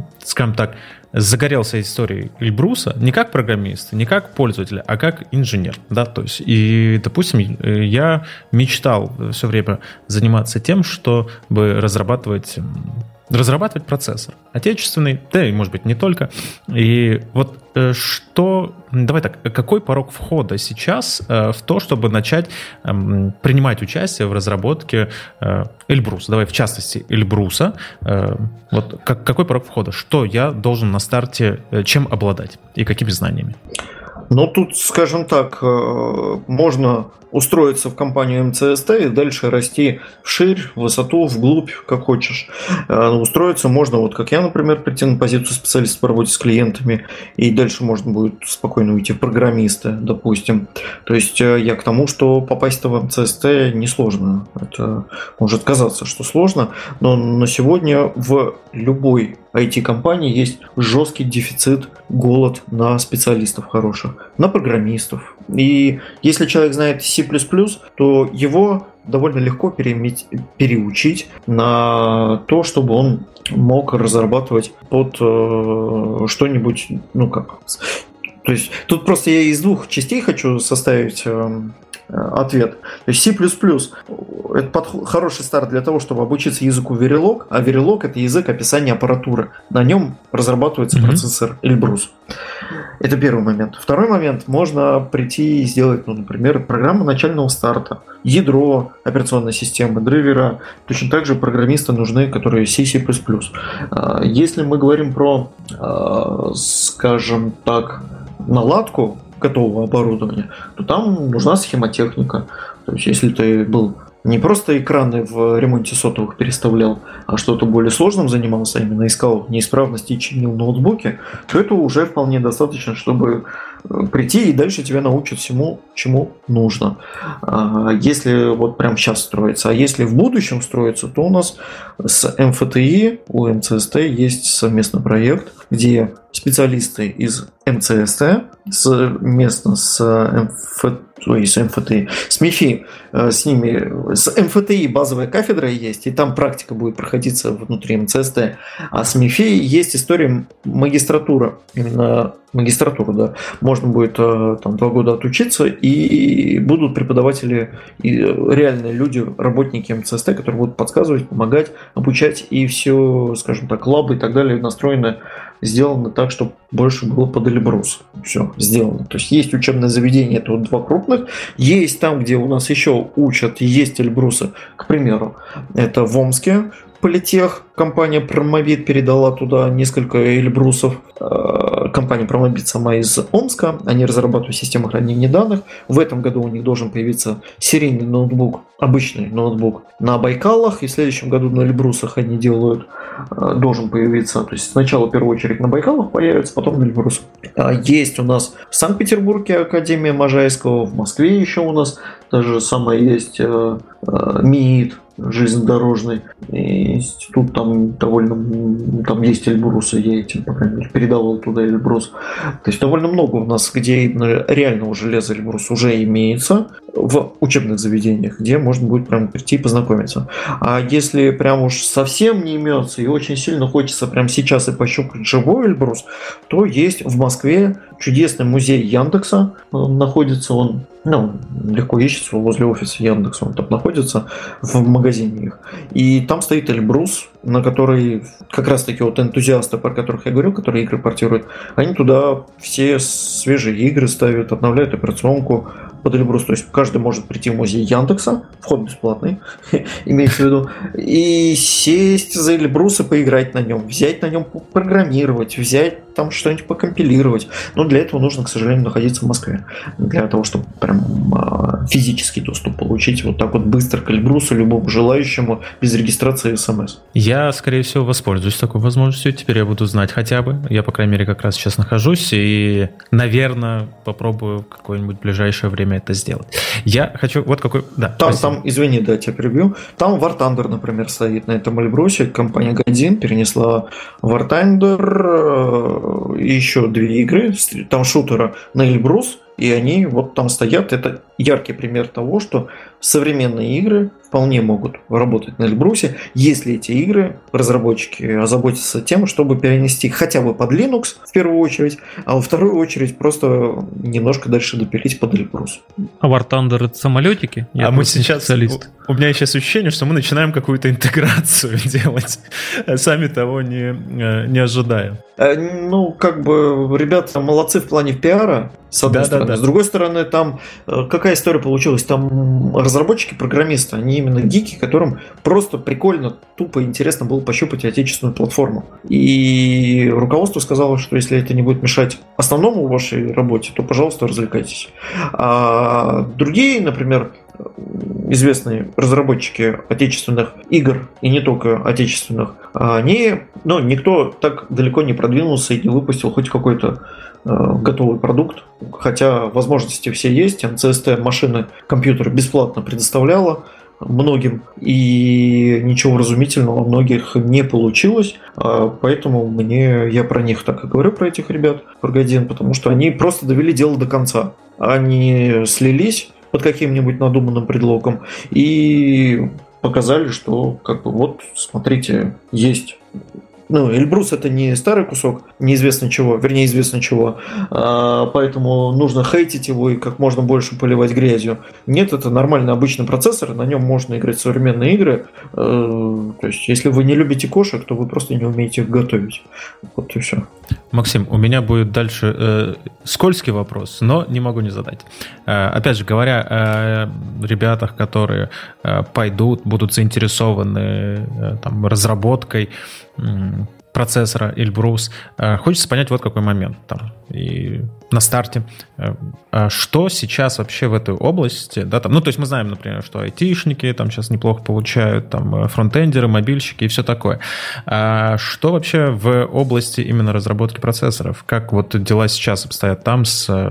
скажем так, загорелся историей Эльбруса не как программист, не как пользователь, а как инженер, да, то есть, и, допустим, я мечтал все время заниматься тем, чтобы разрабатывать процессор отечественный, да и, может быть, не только. И вот давай так, какой порог входа сейчас в то, чтобы начать принимать участие в разработке Эльбруса? Давай, в частности, Эльбруса. Вот какой порог входа? Что я должен на старте, чем обладать и какими знаниями? Ну, тут, скажем так, можно устроиться в компанию МЦСТ и дальше расти вширь, в высоту, вглубь, как хочешь. Устроиться можно, вот как я, например, прийти на позицию специалиста по работе с клиентами, и дальше можно будет спокойно уйти в программисты, допустим. То есть я к тому, что попасть в МЦСТ несложно. Это может казаться, что сложно, но на сегодня в любой IT-компании есть жесткий дефицит, голод на специалистов хороших, на программистов. И если человек знает C++, то его довольно легко переучить на то, чтобы он мог разрабатывать под что-нибудь, То есть тут просто я из двух частей хочу составить ответ. То есть C++ – это хороший старт для того, чтобы обучиться языку Verilog, а Verilog – это язык описания аппаратуры. На нем разрабатывается процессор Эльбрус. Это первый момент. Второй момент – можно прийти и сделать, например, программу начального старта, ядро операционной системы, драйвера. Точно так же программисты нужны, которые C++. Если мы говорим про, скажем так, наладку готового оборудования, то там нужна схемотехника. То есть, если ты был не просто экраны в ремонте сотовых переставлял, а что-то более сложным занимался, именно искал неисправности и чинил ноутбуки, то это уже вполне достаточно, чтобы прийти и дальше тебя научат всему, чему нужно. Если вот прямо сейчас строится, а если в будущем строится, то у нас с МФТИ, у МЦСТ есть совместный проект, где специалисты из МЦСТ совместно с МФТИ, с МИФИ, с ними, с МФТИ базовая кафедра есть, и там практика будет проходиться внутри МЦСТ, а с МИФИ есть история магистратура, именно магистратуру, да, можно будет там 2 года отучиться, и будут преподаватели, и реальные люди, работники МЦСТ, которые будут подсказывать, помогать, обучать, и все, скажем так, лабы и так далее настроены, сделано так, чтобы больше было под Эльбрус. Все сделано. То есть есть учебное заведение, это вот 2 крупных. Есть там, где у нас еще учат, есть Эльбрусы, к примеру, это в Омске. Политех, компания Промовит передала туда несколько Эльбрусов. Компания Промовит сама из Омска. Они разрабатывают систему хранения данных. В этом году у них должен появиться серийный ноутбук, обычный ноутбук на Байкалах. И в следующем году на Эльбрусах они делают, должен появиться. То есть сначала в первую очередь на Байкалах появится, потом на Эльбрусах. Есть у нас в Санкт-Петербурге Академия Можайского, в Москве еще у нас даже самое есть МИИТ, железнодорожный институт, там довольно, там есть Эльбрусы, я этим, по крайней мере, передавал туда Эльбрус. То есть довольно много у нас, где реального железа Эльбрус уже имеется в учебных заведениях, где можно будет прям прийти и познакомиться. А если прям уж совсем не имется и очень сильно хочется прямо сейчас и пощупать живой Эльбрус, то есть в Москве чудесный музей Яндекса, находится он, легко ищется возле офиса Яндекса, он там находится в магазине их. И там стоит Эльбрус, на который как раз таки вот энтузиасты, про которых я говорил, которые игры портируют, они туда все свежие игры ставят, обновляют операционку под Эльбрус. То есть каждый может прийти в музей Яндекса, вход бесплатный, имеется в виду, и сесть за Эльбрус и поиграть на нем, взять на нем программировать, взять там что-нибудь покомпилировать. Но для этого нужно, к сожалению, находиться в Москве. Для того, чтобы прям физический доступ получить вот так вот быстро к Эльбрусу любому желающему без регистрации СМС. Я, скорее всего, воспользуюсь такой возможностью. Теперь я буду знать хотя бы. Я, по крайней мере, как раз сейчас нахожусь и, наверное, попробую в какое-нибудь ближайшее время это сделать. Я хочу... Вот какой... Да, там, извини, да, тебя перебью. Там War Thunder, например, стоит на этом Эльбрусе. Компания Годзин перенесла War Thunder и еще 2 игры. Там шутера на Эльбрус. И они вот там стоят. Это яркий пример того, что современные игры вполне могут работать на Эльбрусе, если эти игры разработчики озаботятся тем, чтобы перенести хотя бы под Linux в первую очередь, а во вторую очередь просто немножко дальше допилить под Эльбрус. А War Thunder — это самолетики? А мы сейчас... У меня сейчас ощущение, что мы начинаем какую-то интеграцию делать, сами того не ожидая. Ну, как бы, ребята молодцы в плане пиара, с одной стороны. Да. С другой стороны, там какая история получилась? Там разработчики, программисты, они именно гики, которым просто прикольно, тупо интересно было пощупать отечественную платформу. И руководство сказало, что если это не будет мешать основному вашей работе, то, пожалуйста, развлекайтесь. А другие, например, известные разработчики отечественных игр, и не только отечественных, никто так далеко не продвинулся и не выпустил хоть какой-то готовый продукт, хотя возможности все есть. МЦСТ машины, компьютеры бесплатно предоставляла многим, и ничего вразумительного у многих не получилось, поэтому я про них так и говорю, про этих ребят, про Годин, потому что они просто довели дело до конца. Они слились под каким-нибудь надуманным предлогом и показали, что вот, смотрите, есть. Эльбрус — это не старый кусок неизвестно чего, вернее, известно чего, поэтому нужно хейтить его и как можно больше поливать грязью. Нет, это нормальный обычный процессор, на нем можно играть в современные игры. То есть, если вы не любите кошек, то вы просто не умеете их готовить. Вот и все. Максим, у меня будет дальше скользкий вопрос, но не могу не задать. Опять же, говоря о ребятах, которые будут заинтересованы разработкой процессора Эльбрус, хочется понять вот какой момент и на старте. Что сейчас вообще в этой области? То есть мы знаем, например, что айтишники сейчас неплохо получают, фронтендеры, мобильщики и все такое. Что вообще в области именно разработки процессоров? Как вот дела сейчас обстоят там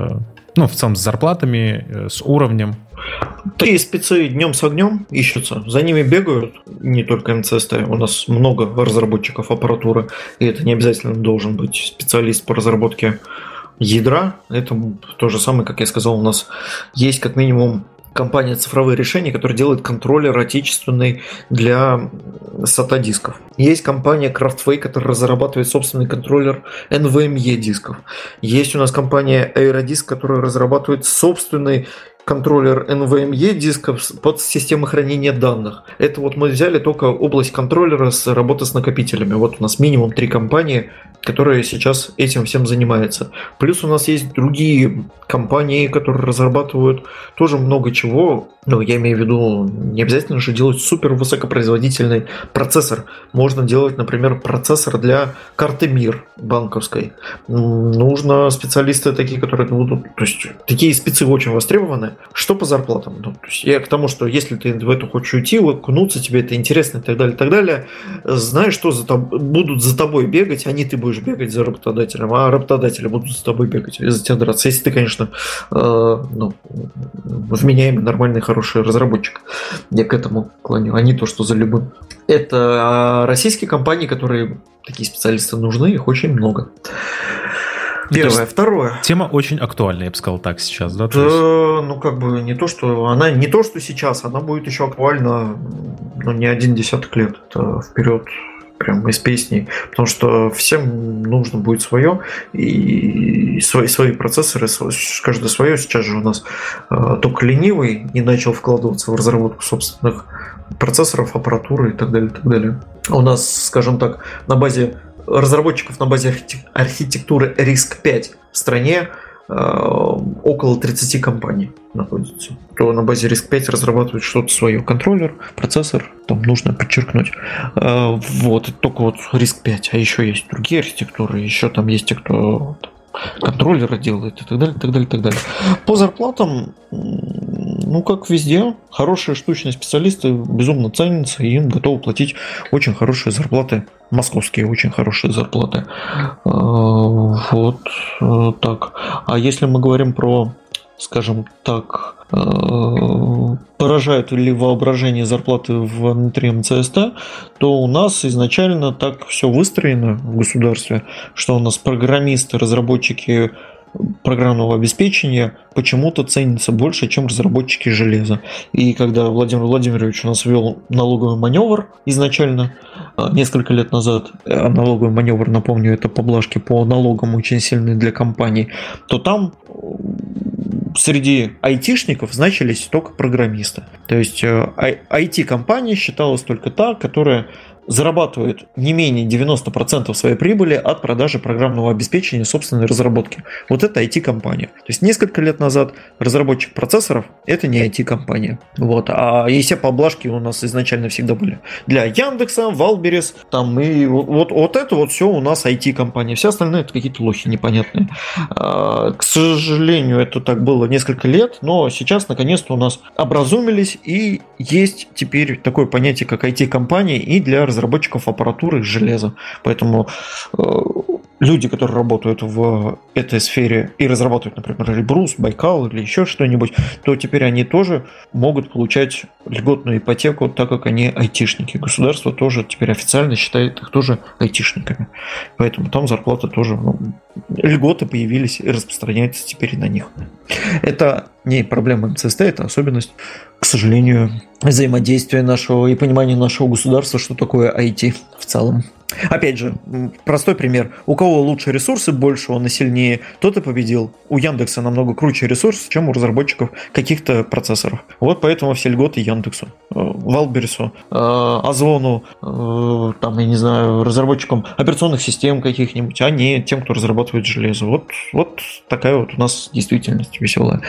в целом с зарплатами, с уровнем? Такие спецы днем с огнем ищутся, за ними бегают не только МЦСТ, у нас много разработчиков аппаратуры, и это не обязательно должен быть специалист по разработке ядра. Это то же самое, как я сказал, у нас есть как минимум компания «Цифровые решения», которая делает контроллер отечественный для SATA-дисков. Есть компания Craftway, которая разрабатывает собственный контроллер NVMe дисков. Есть у нас компания Aerodisk, которая разрабатывает собственный контроллер NVMe дисков под системы хранения данных. Это вот мы взяли только область контроллера с работы с накопителями. Вот у нас минимум 3 компании, которые сейчас этим всем занимаются. Плюс у нас есть другие компании, которые разрабатывают тоже много чего. Я имею в виду, не обязательно же делать супер высокопроизводительный процессор. Можно делать, например, процессор для карты МИР банковской. Нужно специалисты такие, которые будут... То есть, такие спецы очень востребованы. Что по зарплатам? То есть, я к тому, что если ты в это хочешь уйти, окунуться, тебе это интересно и так далее, знаешь, что будут за тобой бегать, а не ты будешь бегать за работодателем, а работодатели будут за тобой бегать и за тебя драться. Если ты, конечно, вменяемый, нормальный, хороший разработчик. Я к этому клоню, а не то, что за любым. Это российские компании, которые такие специалисты нужны, их очень много. Первое. Второе. Тема очень актуальна, я бы сказал так сейчас, да? Не то, что сейчас, она будет еще актуальна, не один десяток лет. Это вперед. Прям из песни, потому что всем нужно будет свое, и свои процессоры, каждый свое. Сейчас же у нас только ленивый не начал вкладываться в разработку собственных процессоров, аппаратуры и так далее, и так далее. У нас, скажем так, на базе разработчиков, на базе архитектуры RISC-V в стране около 30 компаний находится. То на базе RISC-V разрабатывают что-то свое. Контроллер, процессор, там нужно подчеркнуть. Вот, только вот RISC-V, а еще есть другие архитектуры, еще там есть те, кто контроллеры делает и так далее, и так далее, и так далее. По зарплатам, как везде, хорошие штучные специалисты безумно ценятся, и им готовы платить очень хорошие зарплаты, московские очень хорошие зарплаты. Вот так. А если мы говорим про, скажем так, поражают ли воображение зарплаты внутри МЦСТ, то у нас изначально так все выстроено в государстве, что у нас программисты, разработчики программного обеспечения почему-то ценится больше, чем разработчики железа. И когда Владимир Владимирович у нас ввел налоговый маневр изначально, несколько лет назад, а налоговый маневр, напомню, это поблажки по налогам очень сильные для компаний, то там среди айтишников значились только программисты. То есть IT-компания считалась только та, которая зарабатывает не менее 90% своей прибыли от продажи программного обеспечения собственной разработки. Вот это IT-компания. То есть несколько лет назад разработчик процессоров – это не IT-компания. Вот. И все поблажки у нас изначально всегда были для Яндекса, Валберес, там и вот это вот все у нас IT-компания. Все остальные – это какие-то лохи непонятные. К сожалению, это так было несколько лет, но сейчас наконец-то у нас образумились, и есть теперь такое понятие, как IT-компания и для разработчиков аппаратуры железа. Поэтому люди, которые работают в этой сфере и разрабатывают, например, Эльбрус, Байкал или еще что-нибудь, то теперь они тоже могут получать льготную ипотеку, так как они айтишники. Государство тоже теперь официально считает их тоже айтишниками. Поэтому там зарплата тоже, льготы появились и распространяются теперь и на них. Это не проблема МЦСТ, это особенность, к сожалению, взаимодействия нашего и понимания нашего государства, что такое IT в целом. Опять же, простой пример. У кого лучше ресурсы, больше он и сильнее, тот и победил. У Яндекса намного круче ресурсы, чем у разработчиков каких-то процессоров. Вот поэтому все льготы Яндексу, Валбересу, Озону, там, я не знаю, разработчикам операционных систем каких-нибудь, а не тем, кто разрабатывает железо. Вот такая вот у нас действительность веселая.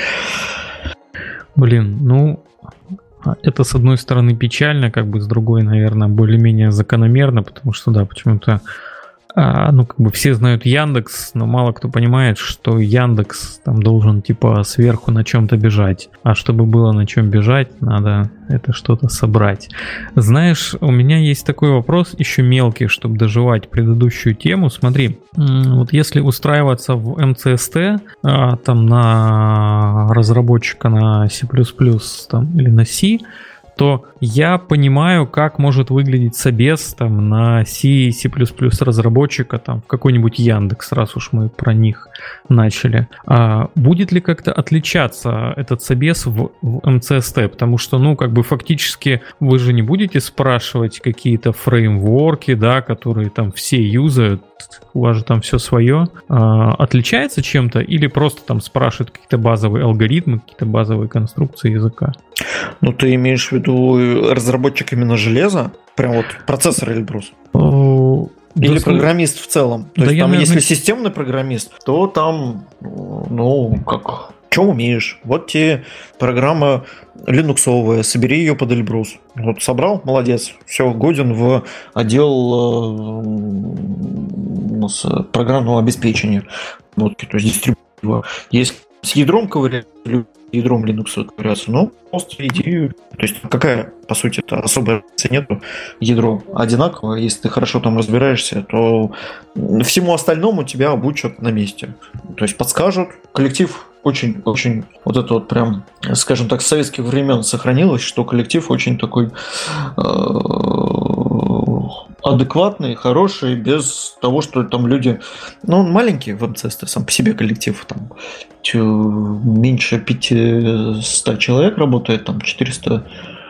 Блин, это, с одной стороны, печально, как бы с другой, наверное, более-менее закономерно, потому что, да, почему-то, как бы все знают Яндекс, но мало кто понимает, что Яндекс там должен, типа, сверху на чем-то бежать. А чтобы было на чем бежать, надо это что-то собрать. Знаешь, у меня есть такой вопрос, еще мелкий, чтобы доживать предыдущую тему. Смотри, вот если устраиваться в МЦСТ, там на разработчика на C++ там, или на C, то я понимаю, как может выглядеть собес там, на C++ разработчика там, в какой-нибудь Яндекс, раз уж мы про них начали. Будет ли как-то отличаться этот собес в МЦСТ? Потому что, как бы фактически вы же не будете спрашивать какие-то фреймворки, да, которые там все юзают, у вас же там все свое. Отличается чем-то или просто там спрашивают какие-то базовые алгоритмы, какие-то базовые конструкции языка? Ты имеешь в виду разработчик именно железа? Прям вот процессор Эльбрус? Или программист в целом? То есть там, если системный программист, то там, что умеешь? Вот тебе программа линуксовая, собери ее под Эльбрус. Вот собрал, молодец, все, годен в отдел программного обеспечения. Вот, то есть дистрибутива. Есть с ядром ковырять, ядром Linux ковыряться, просто идею. То есть какая, по сути, особая разницы нету. Ядро одинаково. Если ты хорошо там разбираешься, то всему остальному тебя обучат на месте. То есть подскажут. Коллектив очень вот это вот прям, скажем так, с советских времен сохранилось, что коллектив очень такой адекватный, хороший, без того, что там люди... он маленький в МЦСТ, сам по себе коллектив, там меньше 500 человек работает, там 400...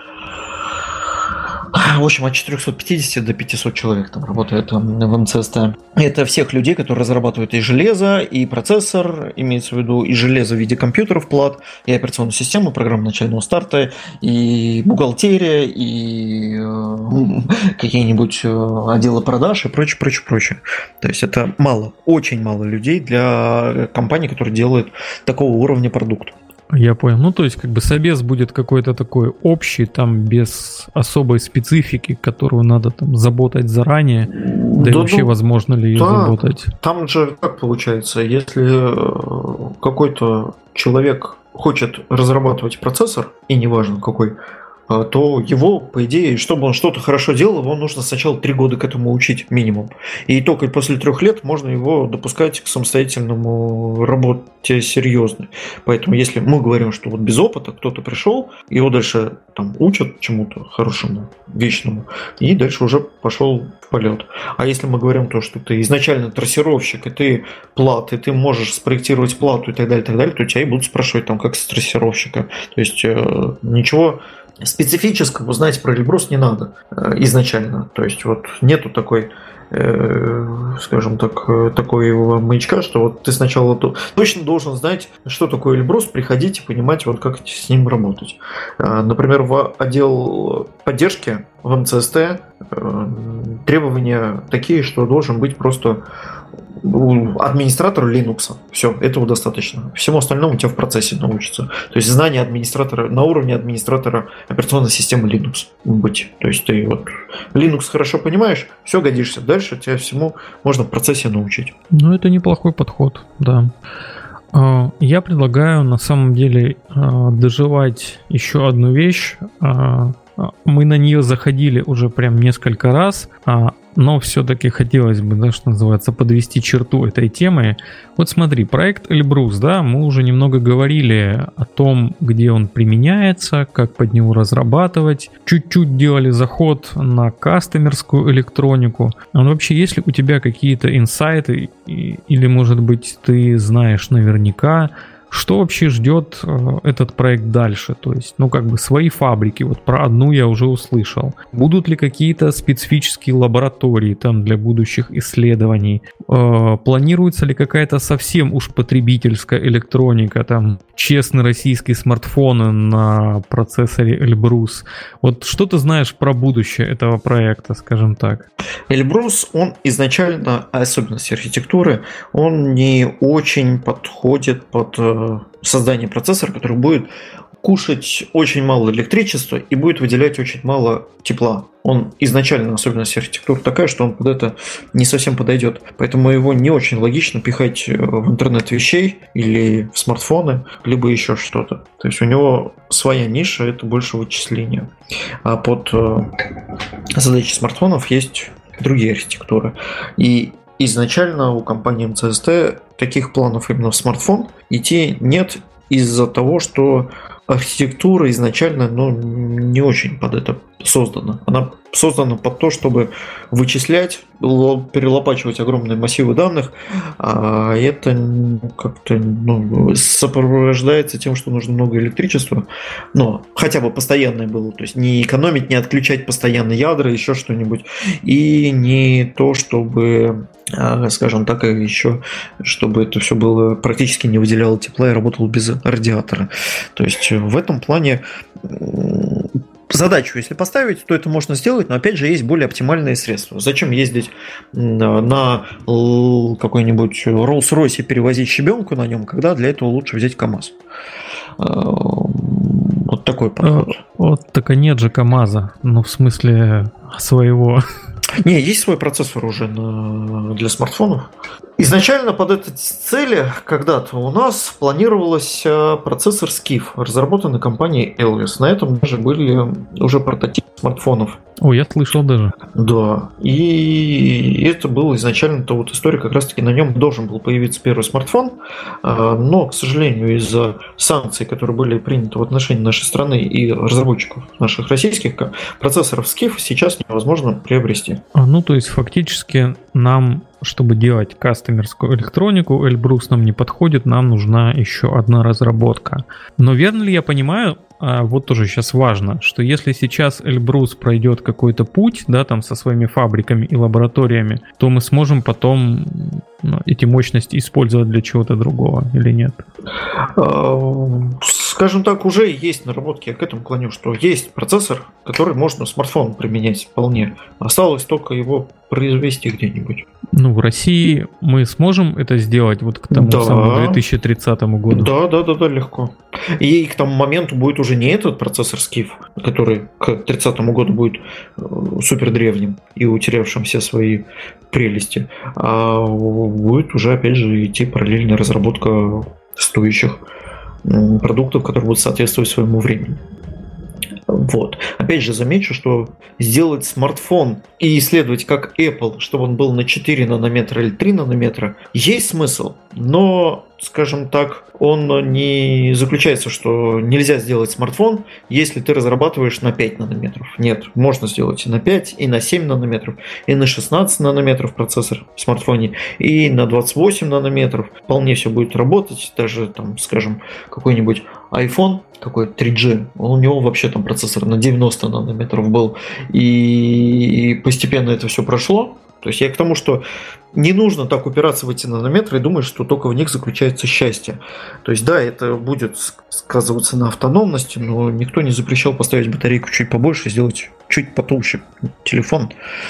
В общем, от 450 до 500 человек там работает в МЦСТ. Это всех людей, которые разрабатывают и железо, и процессор, имеется в виду и железо в виде компьютеров, плат, и операционную систему, программу начального старта, и бухгалтерия, и какие-нибудь отделы продаж и прочее. То есть это мало, очень мало людей для компании, которая делает такого уровня продукт. Я понял. То есть, как бы собес будет какой-то такой общий, там, без особой специфики, которую надо там заботать заранее. Да и вообще, возможно ли ее заботать? Там же как получается, если какой-то человек хочет разрабатывать процессор, и неважно какой, то его, по идее, чтобы он что-то хорошо делал, его нужно сначала 3 года к этому учить минимум. И только после 3 лет можно его допускать к самостоятельному работе серьезной. Поэтому если мы говорим, что вот без опыта кто-то пришел, его дальше там учат чему-то хорошему, вечному, и дальше уже пошел в полет. А если мы говорим то, что ты изначально трассировщик, и ты плат, и ты можешь спроектировать плату и так далее, то тебя и будут спрашивать там как с трассировщика. То есть ничего специфического знать про Эльбрус не надо изначально. То есть вот нету такой, скажем так, такого маячка, что вот ты сначала точно должен знать, что такое Эльбрус, приходить и понимать, вот как с ним работать. Например, в отдел поддержки в МЦСТ требования такие, что должен быть просто администратор Linux. Все, этого достаточно. Всему остальному у тебя в процессе научатся. То есть знание администратора на уровне администратора операционной системы Linux быть. То есть ты вот Linux хорошо понимаешь, все, годишься. Дальше тебя всему можно в процессе научить. Ну, это неплохой подход, да. Я предлагаю на самом деле доживать еще одну вещь. Мы на нее заходили уже прям несколько раз, но все-таки хотелось бы, да, что называется, подвести черту этой темы. Вот смотри, проект Эльбрус, да, мы уже немного говорили о том, где он применяется, как под него разрабатывать. Чуть-чуть делали заход на кастомерскую электронику. А вообще, есть ли у тебя какие-то инсайты, или, может быть, ты знаешь наверняка, что вообще ждет этот проект дальше? То есть, ну, как бы свои фабрики, вот про одну я уже услышал. Будут ли какие-то специфические лаборатории там для будущих исследований? Планируется ли какая-то совсем уж потребительская электроника, там, честные российские смартфоны на процессоре Эльбрус? Вот что ты знаешь про будущее этого проекта, скажем так? Эльбрус, он изначально, особенности архитектуры, он не очень подходит под создание процессора, который будет кушать очень мало электричества и будет выделять очень мало тепла. Он изначально, особенность архитектуры такая, что он под это не совсем подойдет. Поэтому его не очень логично пихать в интернет вещей или в смартфоны, либо еще что-то. То есть у него своя ниша, это больше вычисления. А под задачи смартфонов есть другие архитектуры. И изначально у компании МЦСТ таких планов именно в смартфон идти нет из-за того, что архитектура изначально не очень под это создана. Она создана под то, чтобы вычислять, перелопачивать огромные массивы данных, а это как-то сопровождается тем, что нужно много электричества, но хотя бы постоянное было, то есть не экономить, не отключать постоянно ядра, еще что-нибудь, и не то, чтобы, скажем так, еще, чтобы это все было практически не выделяло тепла и работало без радиатора. То есть в этом плане задачу, если поставить, то это можно сделать, но опять же есть более оптимальные средства. Зачем ездить на какой-нибудь Rolls-Royce и перевозить щебенку на нем, когда для этого лучше взять КАМАЗ? Вот такой подход. Вот так и нет же КАМАЗа, в смысле своего. Не, есть свой процессор уже для смартфонов. Изначально под этой цели когда-то у нас планировался процессор Skiff, разработанный компанией Elvis. На этом даже были уже прототипы смартфонов. О, я слышал даже. Да, и это была изначально-то вот история, как раз-таки на нем должен был появиться первый смартфон, но, к сожалению, из-за санкций, которые были приняты в отношении нашей страны и разработчиков наших российских, процессоров Skiff сейчас невозможно приобрести. То есть фактически нам, чтобы делать кастомерскую электронику, Эльбрус нам не подходит, нам нужна еще одна разработка. Но верно ли я понимаю, вот тоже сейчас важно, что если сейчас Эльбрус пройдет какой-то путь, да, там со своими фабриками и лабораториями, то мы сможем потом эти мощности использовать для чего-то другого или нет? Скажем так, уже есть наработки, я к этому клоню, что есть процессор, который можно смартфон применять вполне. Осталось только его произвести где-нибудь. В России мы сможем это сделать вот к тому самому 2030 году? Да, легко. И к тому моменту будет уже не этот процессор Skiff, который к 2030 году будет супер древним и утерявшим все свои прелести, а будет уже, опять же, идти параллельная разработка стоящих продуктов, которые будут соответствовать своему времени. Вот. Опять же, замечу, что сделать смартфон и исследовать как Apple, чтобы он был на 4 нанометра или 3 нанометра, есть смысл, но, скажем так, он не заключается, что нельзя сделать смартфон, если ты разрабатываешь на 5 нанометров. Нет, можно сделать и на 5, и на 7 нанометров, и на 16 нанометров процессор в смартфоне, и на 28 нанометров. Вполне все будет работать, даже, там, скажем, какой-нибудь iPhone, какой-то 3G, у него вообще там процессор на 90 нанометров был, и постепенно это все прошло. То есть я к тому, что не нужно так упираться в эти нанометры и думать, что только в них заключается счастье. То есть да, это будет сказываться на автономности, но никто не запрещал поставить батарейку чуть побольше, сделать чуть потолще телефон.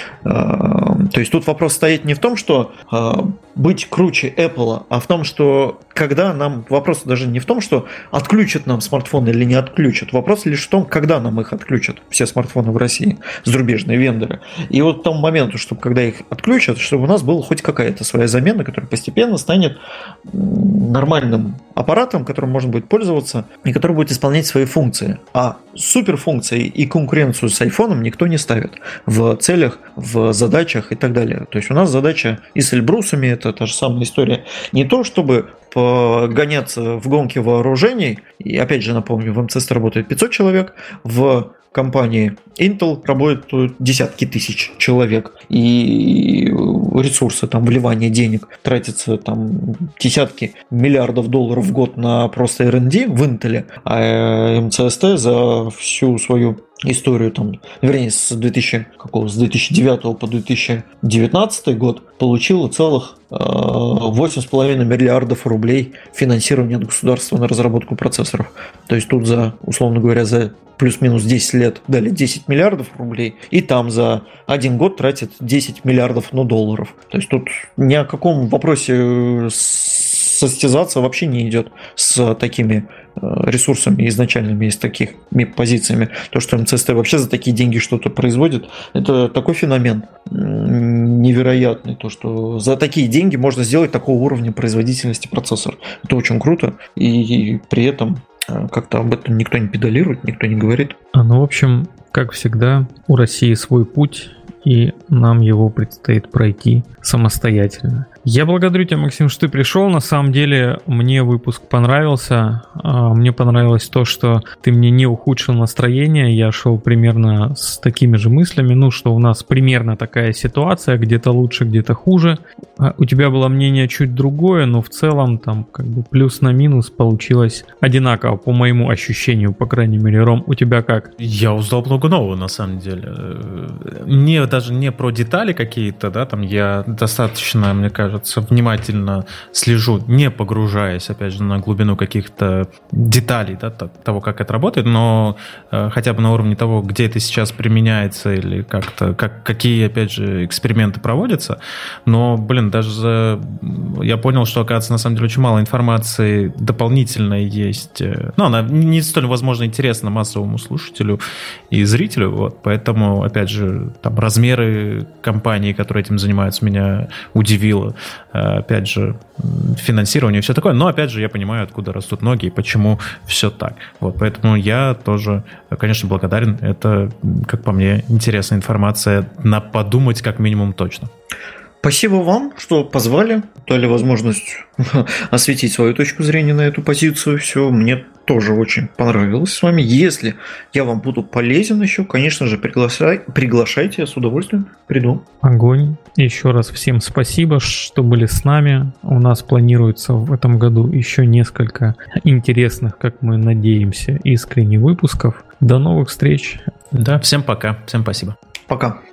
То есть тут вопрос стоит не в том, что быть круче Apple, а в том, что когда нам... Вопрос даже не в том, что отключат нам смартфоны или не отключат. Вопрос лишь в том, когда нам их отключат, все смартфоны в России, зарубежные вендоры. И вот к тому моменту, чтобы когда их отключат, чтобы у нас была хоть какая-то своя замена, которая постепенно станет нормальным аппаратом, которым можно будет пользоваться и который будет исполнять свои функции. А суперфункции и конкуренцию с айфоном никто не ставит в целях, в задачах и так далее. То есть у нас задача и с Эльбрусами, это та же самая история, не то чтобы гоняться в гонке вооружений, и опять же напомню, в МЦС работает 500 человек, в компании Intel работают десятки тысяч человек, и ресурсы, там, вливание денег тратятся там десятки миллиардов долларов в год на просто R&D в Intel, а МЦСТ за всю свою историю, там, вернее, с 2009 по 2019 год получила целых 8,5 миллиардов рублей финансирования от государства на разработку процессоров. То есть тут за, условно говоря, за плюс-минус 10 лет дали 10 миллиардов рублей, и там за один год тратят 10 миллиардов долларов. То есть тут ни о каком вопросе состязаться вообще не идет с такими ресурсами изначальными и с такими позициями. То, что МЦСТ вообще за такие деньги что-то производит, это такой феномен невероятный. То, что за такие деньги можно сделать такого уровня производительности процессора. Это очень круто, и при этом как-то об этом никто не педалирует, никто не говорит. Ну, в общем, как всегда, у России свой путь, и нам его предстоит пройти самостоятельно. Я благодарю тебя, Максим, что ты пришел. На самом деле, мне выпуск понравился. Мне понравилось то, что ты мне не ухудшил настроение. Я шел примерно с такими же мыслями, что у нас примерно такая ситуация, где-то лучше, где-то хуже. У тебя было мнение чуть другое, но в целом там как бы плюс на минус получилось одинаково, по моему ощущению, по крайней мере. Ром, у тебя как? Я узнал много нового, на самом деле. Не даже не про детали какие-то, да, там я достаточно, мне кажется, внимательно слежу, не погружаясь, опять же, на глубину каких-то деталей, да, того, как это работает, но хотя бы на уровне того, где это сейчас применяется или как-то, какие, опять же, эксперименты проводятся. Но, даже я понял, что, оказывается, на самом деле очень мало информации дополнительной есть. Она не столь, возможно, интересна массовому слушателю и зрителю, вот, поэтому, опять же, там размеры компаний, которые этим занимаются, меня удивило. Опять же, финансирование и все такое, но, опять же, я понимаю, откуда растут ноги и почему все так. Вот, поэтому я тоже, конечно, благодарен. Это, как по мне, интересная информация на подумать как минимум точно. Спасибо вам, что позвали, дали возможность осветить свою точку зрения на эту позицию. Все, мне тоже очень понравилось с вами. Если я вам буду полезен еще, конечно же, приглашайте, я с удовольствием приду. Огонь. Еще раз всем спасибо, что были с нами. У нас планируется в этом году еще несколько интересных, как мы надеемся, искренне выпусков. До новых встреч. Да, всем пока. Всем спасибо. Пока.